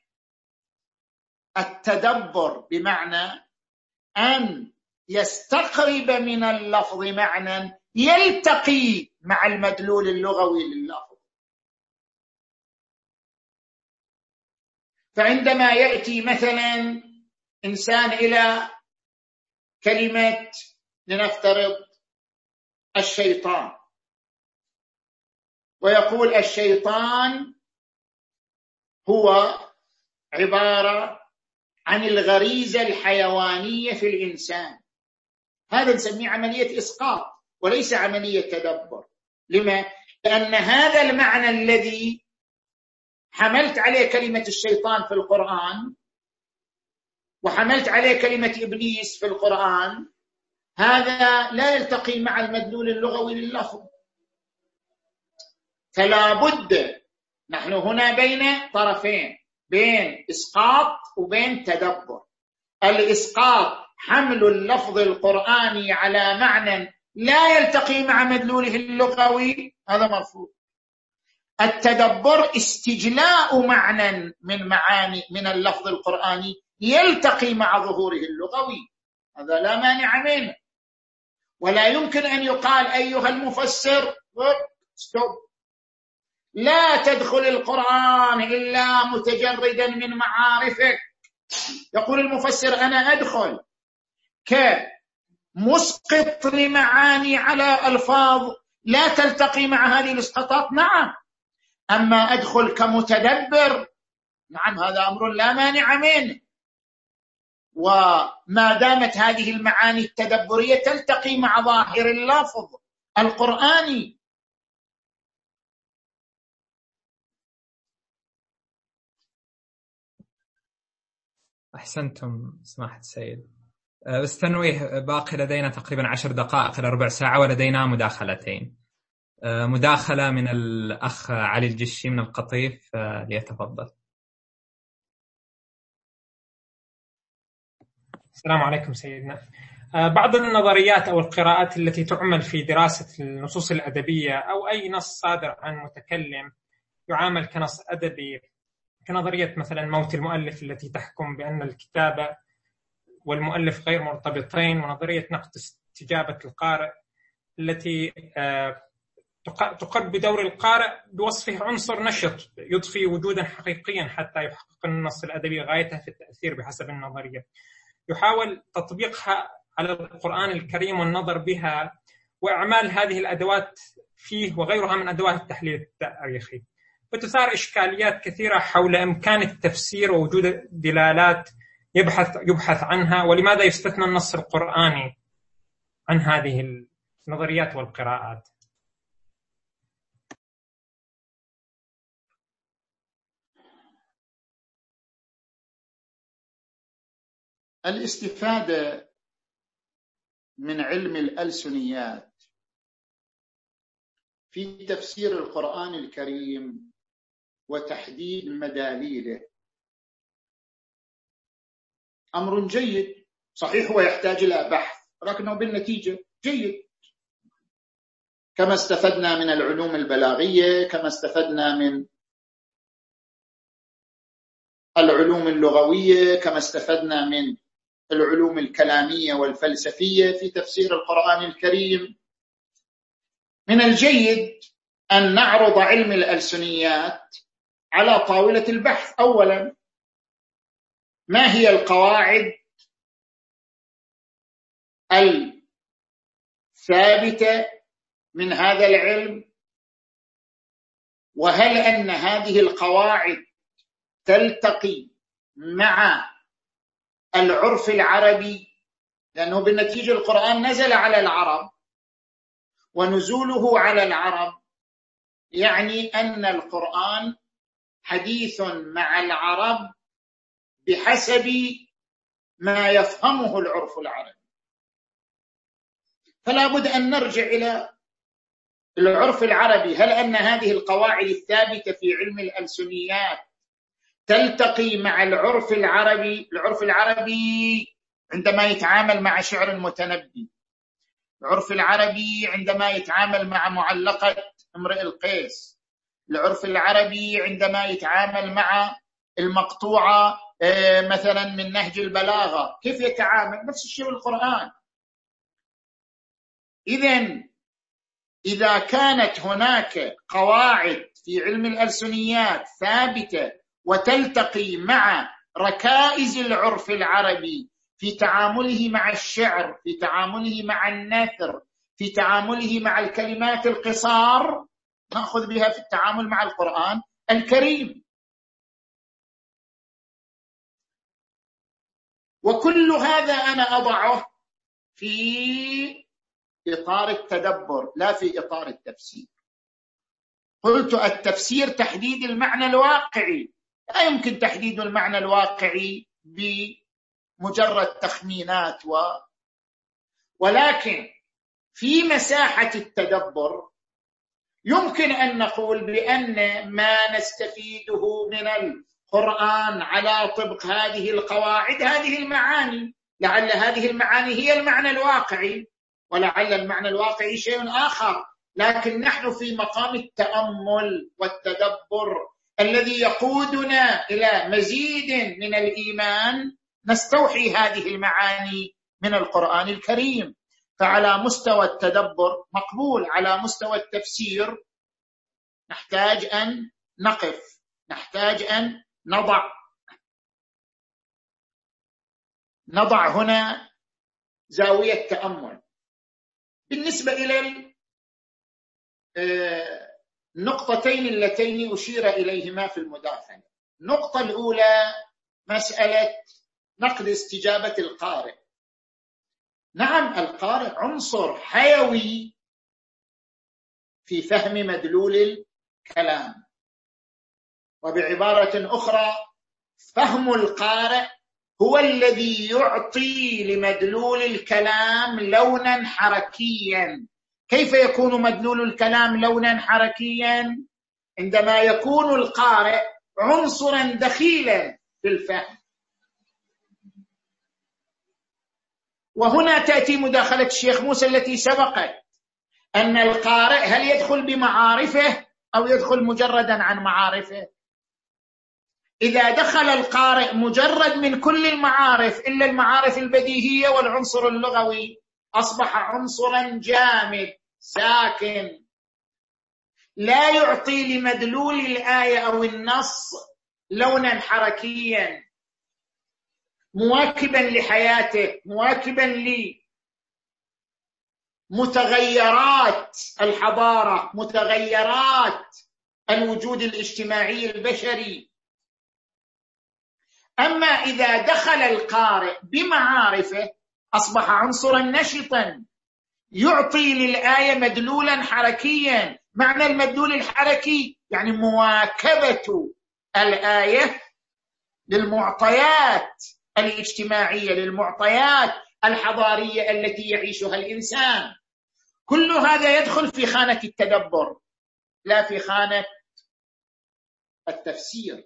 التدبر، بمعنى أن يستقرب من اللفظ معنى يلتقي مع المدلول اللغوي لللفظ. فعندما يأتي مثلا إنسان إلى كلمة، لنفترض الشيطان، ويقول الشيطان هو عبارة عن الغريزة الحيوانية في الإنسان، هذا نسميه عملية إسقاط وليس عملية تدبر. لما؟ لأن هذا المعنى الذي حملت عليه كلمة الشيطان في القرآن وحملت عليه كلمة إبليس في القرآن، هذا لا يلتقي مع المدلول اللغوي لللفظ. فلا بد، نحن هنا بين طرفين، بين إسقاط وبين تدبر. الإسقاط حمل اللفظ القرآني على معنى لا يلتقي مع مدلوله اللغوي، هذا مرفوض. التدبر استجلاء معنى من معاني من اللفظ القرآني يلتقي مع ظهوره اللغوي، هذا لا مانع منه. ولا يمكن أن يقال أيها المفسر ستوب، لا تدخل القرآن إلا متجردا من معارفك. يقول المفسر أنا أدخل كمسقط لمعاني على ألفاظ لا تلتقي مع هذه الاسقاطات، نعم. أما أدخل كمتدبر، نعم، هذا أمر لا مانع منه، وما دامت هذه المعاني التدبرية تلتقي مع ظاهر اللفظ القرآني. أحسنتم سماحة السيد. بس تنويه، باقي لدينا تقريبا عشر دقائق إلى ربع ساعة ولدينا مداخلتين. مداخلة من الأخ علي الجشي من القطيف، ليتفضل. السلام عليكم سيدنا. بعض النظريات أو القراءات التي تعمل في دراسة النصوص الأدبية أو أي نص صادر عن متكلم يعامل كنص أدبي، كنظرية مثلا موت المؤلف التي تحكم بأن الكتابة والمؤلف غير مرتبطين، ونظرية نقد استجابة القارئ التي تقر بدور القارئ بوصفه عنصر نشط يضفي وجودا حقيقيا حتى يحقق النص الأدبي غايته في التأثير بحسب النظرية. يحاول تطبيقها على القرآن الكريم والنظر بها وإعمال هذه الأدوات فيه وغيرها من أدوات التحليل التاريخي. وتثار إشكاليات كثيرة حول إمكان التفسير ووجود دلالات يبحث يبحث عنها، ولماذا يستثنى النص القرآني عن هذه النظريات والقراءات. الاستفادة من علم الألسنيات في تفسير القرآن الكريم وتحديد مداليله أمر جيد، صحيح هو يحتاج إلى بحث، ولكنه بالنتيجة جيد. كما استفدنا من العلوم البلاغية، كما استفدنا من العلوم اللغوية، كما استفدنا من العلوم الكلامية والفلسفية في تفسير القرآن الكريم. من الجيد أن نعرض علم الألسنيات على طاولة البحث. أولا، ما هي القواعد الثابتة من هذا العلم، وهل أن هذه القواعد تلتقي مع العرف العربي، لأنه بالنتيجة القرآن نزل على العرب، ونزوله على العرب يعني أن القرآن حديث مع العرب بحسب ما يفهمه العرف العربي. فلا بد أن نرجع إلى العرف العربي، هل أن هذه القواعد الثابتة في علم الألسنيات تلتقي مع العرف العربي. العرف العربي عندما يتعامل مع شعر المتنبي، العرف العربي عندما يتعامل مع معلقة امرئ القيس، العرف العربي عندما يتعامل مع المقطوعة مثلا من نهج البلاغة، كيف يتعامل؟ نفس الشيء القرآن. إذن إذا كانت هناك قواعد في علم الألسنيات ثابتة وتلتقي مع ركائز العرف العربي في تعامله مع الشعر، في تعامله مع النثر، في تعامله مع الكلمات القصار، نأخذ بها في التعامل مع القرآن الكريم. وكل هذا أنا أضعه في إطار التدبر لا في إطار التفسير. قلت التفسير تحديد المعنى الواقعي، لا يمكن تحديد المعنى الواقعي بمجرد تخمينات و... ولكن في مساحة التدبر يمكن أن نقول بأن ما نستفيده من القرآن على طبق هذه القواعد هذه المعاني، لعل هذه المعاني هي المعنى الواقعي، ولعل المعنى الواقعي شيء آخر، لكن نحن في مقام التأمل والتدبر الذي يقودنا إلى مزيد من الإيمان نستوحي هذه المعاني من القرآن الكريم. فعلى مستوى التدبر مقبول، على مستوى التفسير نحتاج أن نقف، نحتاج أن نضع نضع هنا زاوية تأمل. بالنسبة إلى النقطتين اللتين أشير إليهما في المداخلة، النقطة الأولى مسألة نقد استجابة القارئ. نعم، القارئ عنصر حيوي في فهم مدلول الكلام، وبعبارة أخرى فهم القارئ هو الذي يعطي لمدلول الكلام لونا حركيا. كيف يكون مدلول الكلام لونا حركيا؟ عندما يكون القارئ عنصرا دخيلا في الفهم. وهنا تأتي مداخلة الشيخ موسى التي سبقت، أن القارئ هل يدخل بمعارفه أو يدخل مجردا عن معارفه؟ إذا دخل القارئ مجرد من كل المعارف إلا المعارف البديهية والعنصر اللغوي، أصبح عنصرا جامد ساكن لا يعطي لمدلول الآية أو النص لونا حركيا مواكبا لحياته، مواكبا لمتغيرات الحضارة، متغيرات الوجود الاجتماعي البشري. أما إذا دخل القارئ بمعارفه أصبح عنصرا نشطا يعطي للآية مدلولا حركيا. معنى المدلول الحركي يعني مواكبة الآية للمعطيات الاجتماعية، للمعطيات الحضارية التي يعيشها الإنسان. كل هذا يدخل في خانة التدبر لا في خانة التفسير.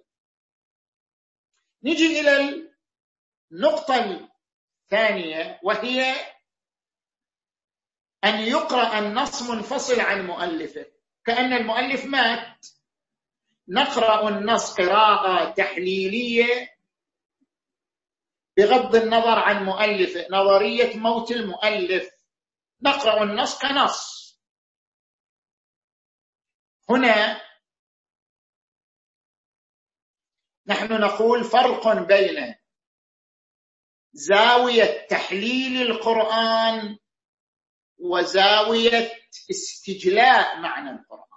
نجي إلى النقطة الثانية، وهي أن يقرأ النص منفصل عن مؤلفه، كأن المؤلف مات. نقرأ النص قراءة تحليلية بغض النظر عن مؤلفه، نظرية موت المؤلف، نقرأ النص كنص. هنا نحن نقول فرق بين زاوية تحليل القرآن وزاوية استجلاء معنى القرآن.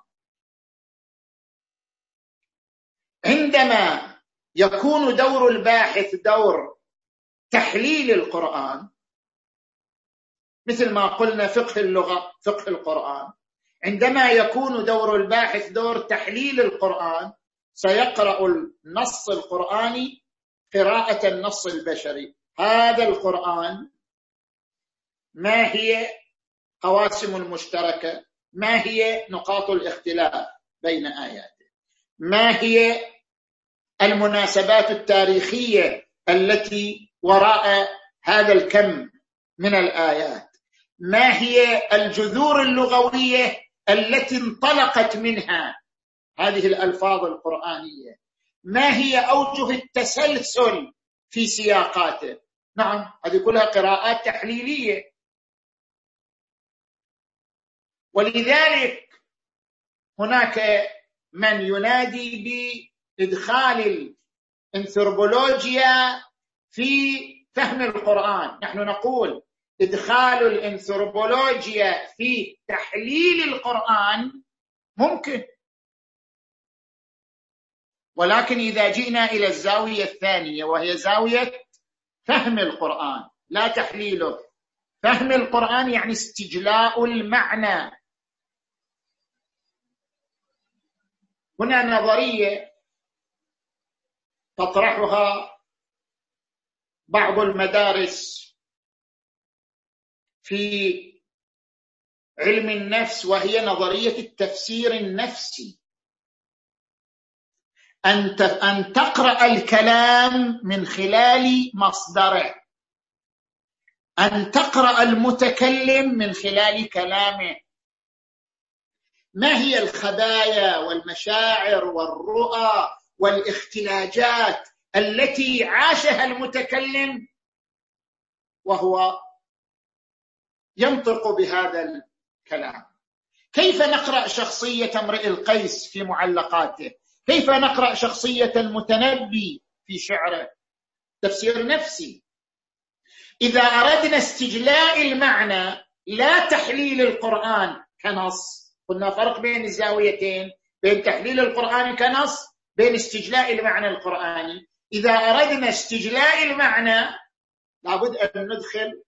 عندما يكون دور الباحث دور تحليل القرآن، مثل ما قلنا فقه اللغة فقه القرآن، عندما يكون دور الباحث دور تحليل القرآن سيقرأ النص القرآني قراءة النص البشري. هذا القرآن ما هي قواسم المشتركة، ما هي نقاط الاختلاف بين آياته، ما هي المناسبات التاريخية التي وراء هذا الكم من الآيات، ما هي الجذور اللغوية التي انطلقت منها هذه الألفاظ القرآنية، ما هي أوجه التسلسل في سياقاته. نعم، هذه كلها قراءات تحليلية. ولذلك هناك من ينادي بإدخال الأنثروبولوجيا في فهم القرآن. نحن نقول إدخال الأنثروبولوجيا في تحليل القرآن ممكن، ولكن إذا جئنا إلى الزاوية الثانية وهي زاوية فهم القرآن لا تحليله، فهم القرآن يعني استجلاء المعنى. هنا نظرية تطرحها بعض المدارس في علم النفس، وهي نظرية التفسير النفسي. أن تقرأ الكلام من خلال مصدره، أن تقرأ المتكلم من خلال كلامه. ما هي الخبايا والمشاعر والرؤى والاختلاجات التي عاشها المتكلم وهو ينطق بهذا الكلام. كيف نقرأ شخصية امرئ القيس في معلقاته؟ كيف نقرأ شخصية المتنبي في شعره؟ تفسير نفسي. إذا أردنا استجلاء المعنى لا تحليل القرآن كنص، قلنا فرق بين الزاويتين، بين تحليل القرآن كنص، بين استجلاء المعنى القرآني. إذا أردنا استجلاء المعنى لابد أن ندخل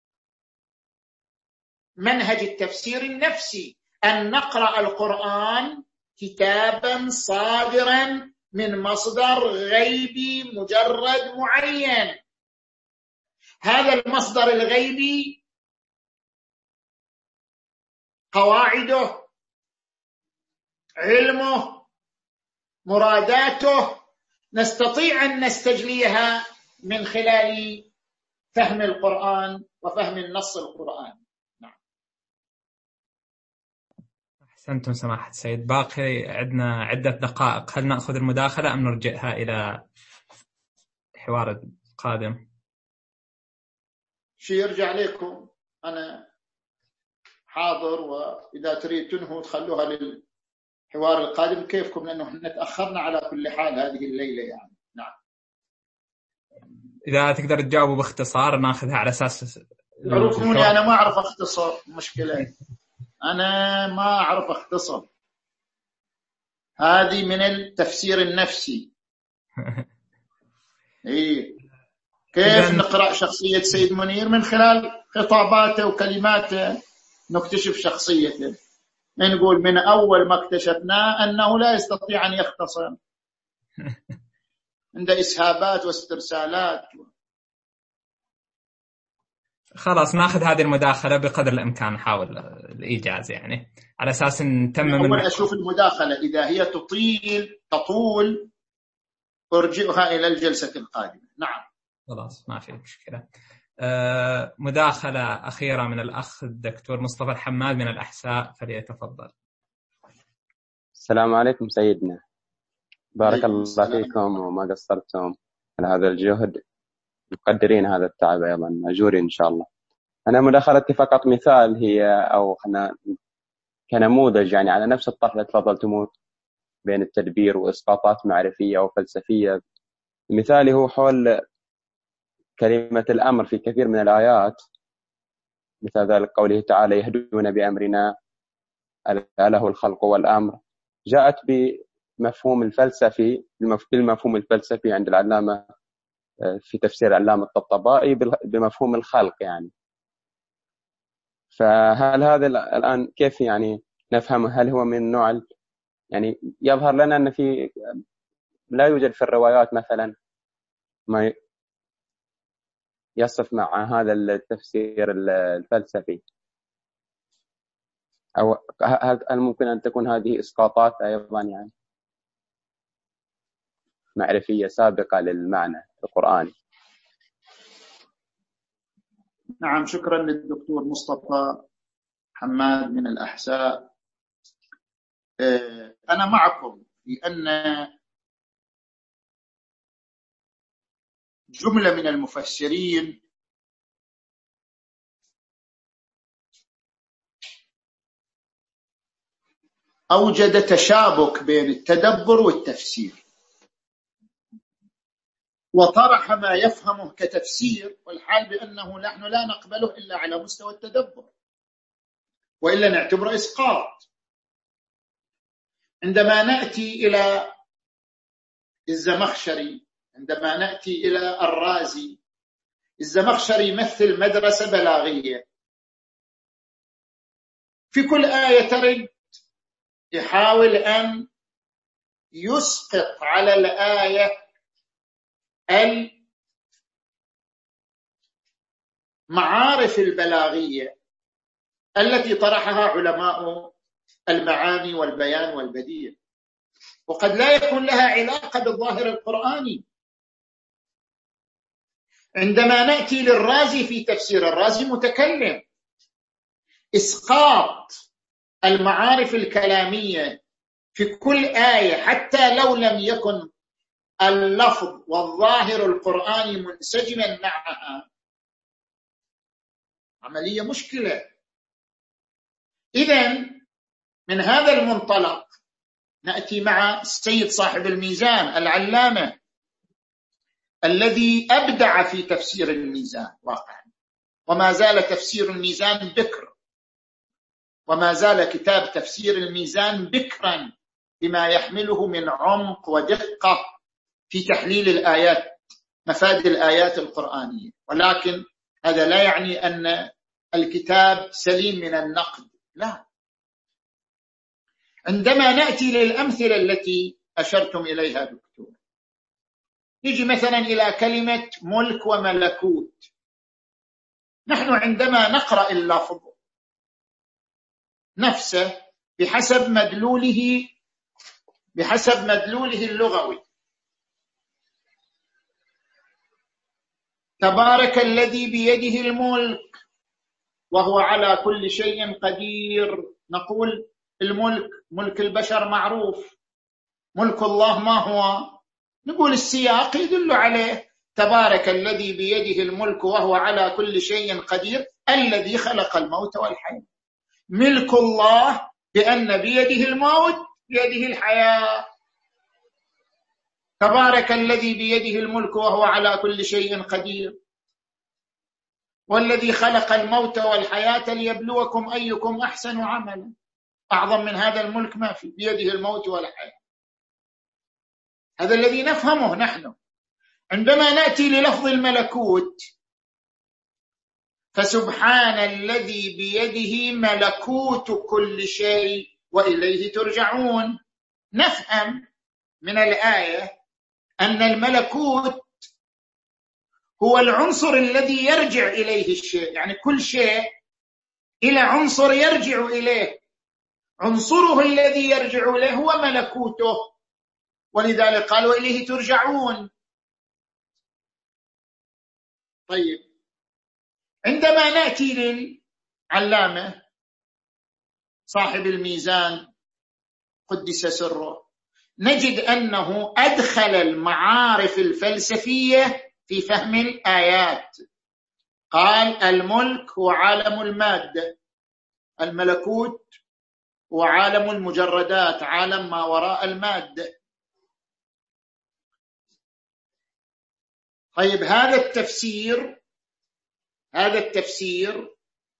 منهج التفسير النفسي، أن نقرأ القرآن كتابا صادرا من مصدر غيبي مجرد معين. هذا المصدر الغيبي قواعده، علمه، مراداته نستطيع أن نستجليها من خلال فهم القرآن وفهم النص القرآني. نعم. أحسنتم سماحة السيد. باقي عندنا عدة دقائق، هل نأخذ المداخلة أم نرجعها إلى الحوار القادم؟ شي يرجع لكم، أنا حاضر، وإذا تريد تنهوا تخلوها للحوار القادم كيفكم، لأنه احنا تأخرنا على كل حال هذه الليلة يعني. نعم. إذا تقدر تجاوبوا باختصار ناخذها على أساس. يعرفوني أنا ما أعرف أختصر، مشكلة أنا ما أعرف أختصر، هذه من التفسير النفسي. إيه، كيف نقرأ شخصية سيد منير؟ من خلال خطاباته وكلماته نكتشف شخصيته. نقول من أول ما اكتشفناه أنه لا يستطيع أن يختصر، عنده إسهابات واسترسالات. خلاص ناخذ هذه المداخلة بقدر الإمكان، نحاول الإيجاز يعني على أساس نتمم. أول أشوف المداخلة إذا هي تطيل تطول أرجئها إلى الجلسة القادمة. نعم خلاص ما في مشكلة. أه مداخلة أخيرة من الأخ الدكتور مصطفى الحماد من الأحساء، فليتفضل. السلام عليكم سيدنا، بارك الله فيكم وما قصرتم على هذا الجهد، مقدرين هذا التعب أيضا، مأجورين إن شاء الله. أنا مداخلتي فقط مثال هي، أو أنا كنموذج يعني على نفس الطرح اللي تفضلتموه بين التدبير وإسقاطات معرفية وفلسفية. مثالي هو حول كلمة الأمر في كثير من الآيات، مثل ذلك قوله تعالى يهدون بأمرنا ألا له الخلق والأمر، جاءت بمفهوم الفلسفي، بالمفهوم الفلسفي عند العلامة في تفسير العلامة الطبطبائي بمفهوم الخلق يعني. فهل هذا الآن كيف يعني نفهمه؟ هل هو من نوع يعني يظهر لنا أن في لا يوجد في الروايات مثلا ما يصف مع هذا التفسير الفلسفي، أو هل ممكن أن تكون هذه إسقاطات أيضا يعني معرفية سابقة للمعنى القرآني؟ نعم، شكرا للدكتور مصطفى حماد من الأحساء. أنا معكم لأن جملة من المفسرين أوجد تشابك بين التدبر والتفسير، وطرح ما يفهمه كتفسير، والحال بأنه نحن لا نقبله إلا على مستوى التدبر، وإلا نعتبره إسقاط. عندما نأتي إلى الزمخشري، عندما نأتي إلى الرازي، الزمخشري يمثل مدرسة بلاغية، في كل آية ترد يحاول أن يسقط على الآية المعارف البلاغية التي طرحها علماء المعاني والبيان والبديع، وقد لا يكون لها علاقة بالظاهر القرآني. عندما نأتي للرازي في تفسير، الرازي متكلم، إسقاط المعارف الكلامية في كل آية حتى لو لم يكن اللفظ والظاهر القرآني منسجما معها عملية مشكلة. إذن من هذا المنطلق نأتي مع السيد صاحب الميزان العلامة الذي أبدع في تفسير الميزان واقعا، وما زال تفسير الميزان بكر، وما زال كتاب تفسير الميزان بكرا بما يحمله من عمق ودقة في تحليل الآيات، مفاد الآيات القرآنية. ولكن هذا لا يعني أن الكتاب سليم من النقد، لا. عندما نأتي للأمثلة التي أشرتم إليها دكتور، نجي مثلا إلى كلمة ملك وملكوت. نحن عندما نقرأ اللفظ نفسه بحسب مدلوله بحسب مدلوله اللغوي، تبارك الذي بيده الملك وهو على كل شيء قدير، نقول الملك ملك البشر معروف، ملك الله ما هو؟ نقول السياق يدل عليه، تبارك الذي بيده الملك وهو على كل شيء قدير الذي خلق الموت والحياة. ملك الله بأن بيده الموت بيده الحياة. تبارك الذي بيده الملك وهو على كل شيء قدير، والذي خلق الموت والحياة ليبلوكم أيكم أحسن عملا. أعظم من هذا الملك ما في، بيده الموت والحياة. هذا الذي نفهمه نحن. عندما نأتي للفظ الملكوت، فسبحان الذي بيده ملكوت كل شيء وإليه ترجعون. نفهم من الآية أن الملكوت هو العنصر الذي يرجع إليه الشيء، يعني كل شيء إلى عنصر يرجع إليه، عنصره الذي يرجع إليه هو ملكوته، ولذلك قال وإليه ترجعون. طيب، عندما نأتي للعلامة صاحب الميزان قدس سره، نجد أنه أدخل المعارف الفلسفية في فهم الآيات. قال الملك هو عالم المادة، الملكوت هو عالم المجردات، عالم ما وراء المادة. طيب، هذا التفسير هذا التفسير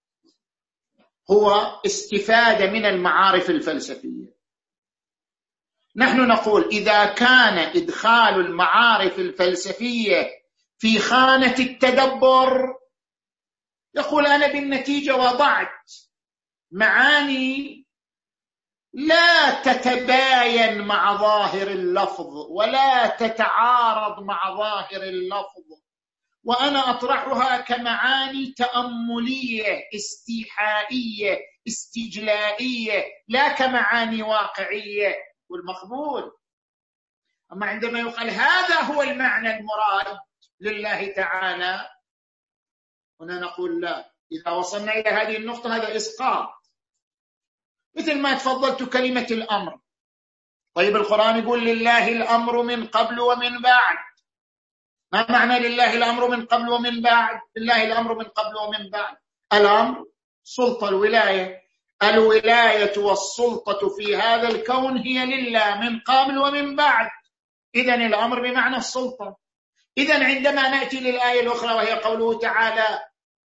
هو استفادة من المعارف الفلسفية. نحن نقول إذا كان إدخال المعارف الفلسفية في خانة التدبر، يقول أنا بالنتيجة وضعت معاني لا تتباين مع ظاهر اللفظ ولا تتعارض مع ظاهر اللفظ، وأنا أطرحها كمعاني تأملية استيحائية استجلائية لا كمعاني واقعية والمقبول. أما عندما يقال هذا هو المعنى المراد لله تعالى، هنا نقول لا. إذا وصلنا إلى هذه النقطة هذا إسقاط، مثل ما تفضلت كلمة الأمر. طيب، القرآن يقول لله الأمر من قبل ومن بعد. ما معنى لله الأمر من قبل ومن بعد؟ لله الأمر من قبل ومن بعد. الأمر سلطة الولاية، الولاية والسلطة في هذا الكون هي لله من قبل ومن بعد، إذن الأمر بمعنى السلطة. إذن عندما نأتي للآية الأخرى وهي قوله تعالى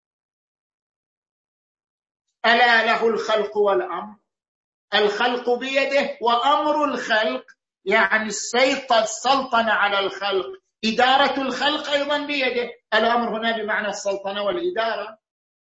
ألا له الخلق والأمر، الخلق بيده وأمر الخلق يعني السلطنة على الخلق، إدارة الخلق أيضا بيده. الأمر هنا بمعنى السلطنة والإدارة.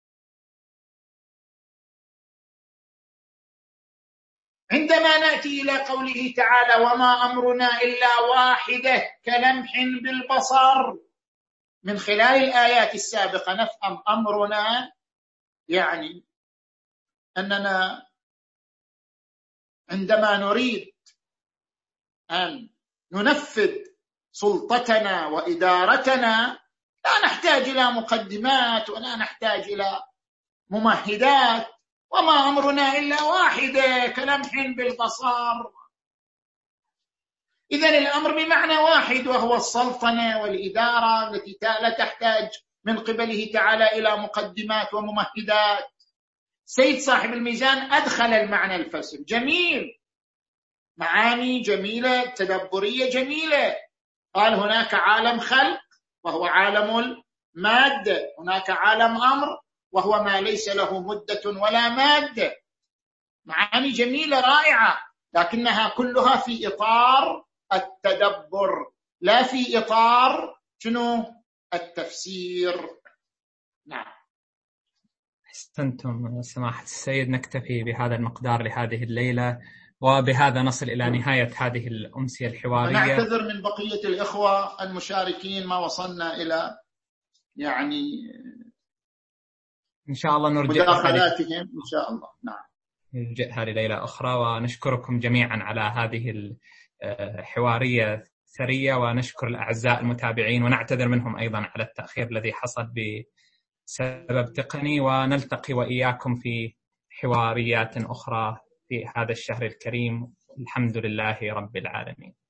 عندما نأتي إلى قوله تعالى وما أمرنا إلا واحدة كلمح بالبصر، من خلال الآيات السابقة نفهم أمرنا يعني أننا عندما نريد أن ننفذ سلطتنا وإدارتنا لا نحتاج إلى مقدمات ولا نحتاج إلى ممهدات. وما أمرنا إلا واحدة كلمح بالبصر. إذن الأمر بمعنى واحد، وهو السلطنة والإدارة التي لا تحتاج من قبله تعالى إلى مقدمات وممهدات. سيد صاحب الميزان أدخل المعنى الفلسفي جميل، معاني جميلة تدبرية جميلة. قال هناك عالم خلق وهو عالم المادة، هناك عالم أمر وهو ما ليس له مدة ولا مادة. معاني جميلة رائعة، لكنها كلها في إطار التدبر لا في إطار شنو؟ التفسير. نعم. أحسنتم سماحة السيد. نكتفي بهذا المقدار لهذه الليلة، وبهذا نصل إلى نهاية هذه الأمسية الحوارية. نعتذر من بقية الإخوة المشاركين ما وصلنا إلى يعني إن شاء الله نرجع مداخلاتهم إن شاء الله. نعم، نرجعها لليلة أخرى. ونشكركم جميعا على هذه الحوارية الثرية، ونشكر الأعزاء المتابعين، ونعتذر منهم أيضا على التأخير الذي حصل بسبب تقني. ونلتقي وإياكم في حواريات أخرى في هذا الشهر الكريم. الحمد لله رب العالمين.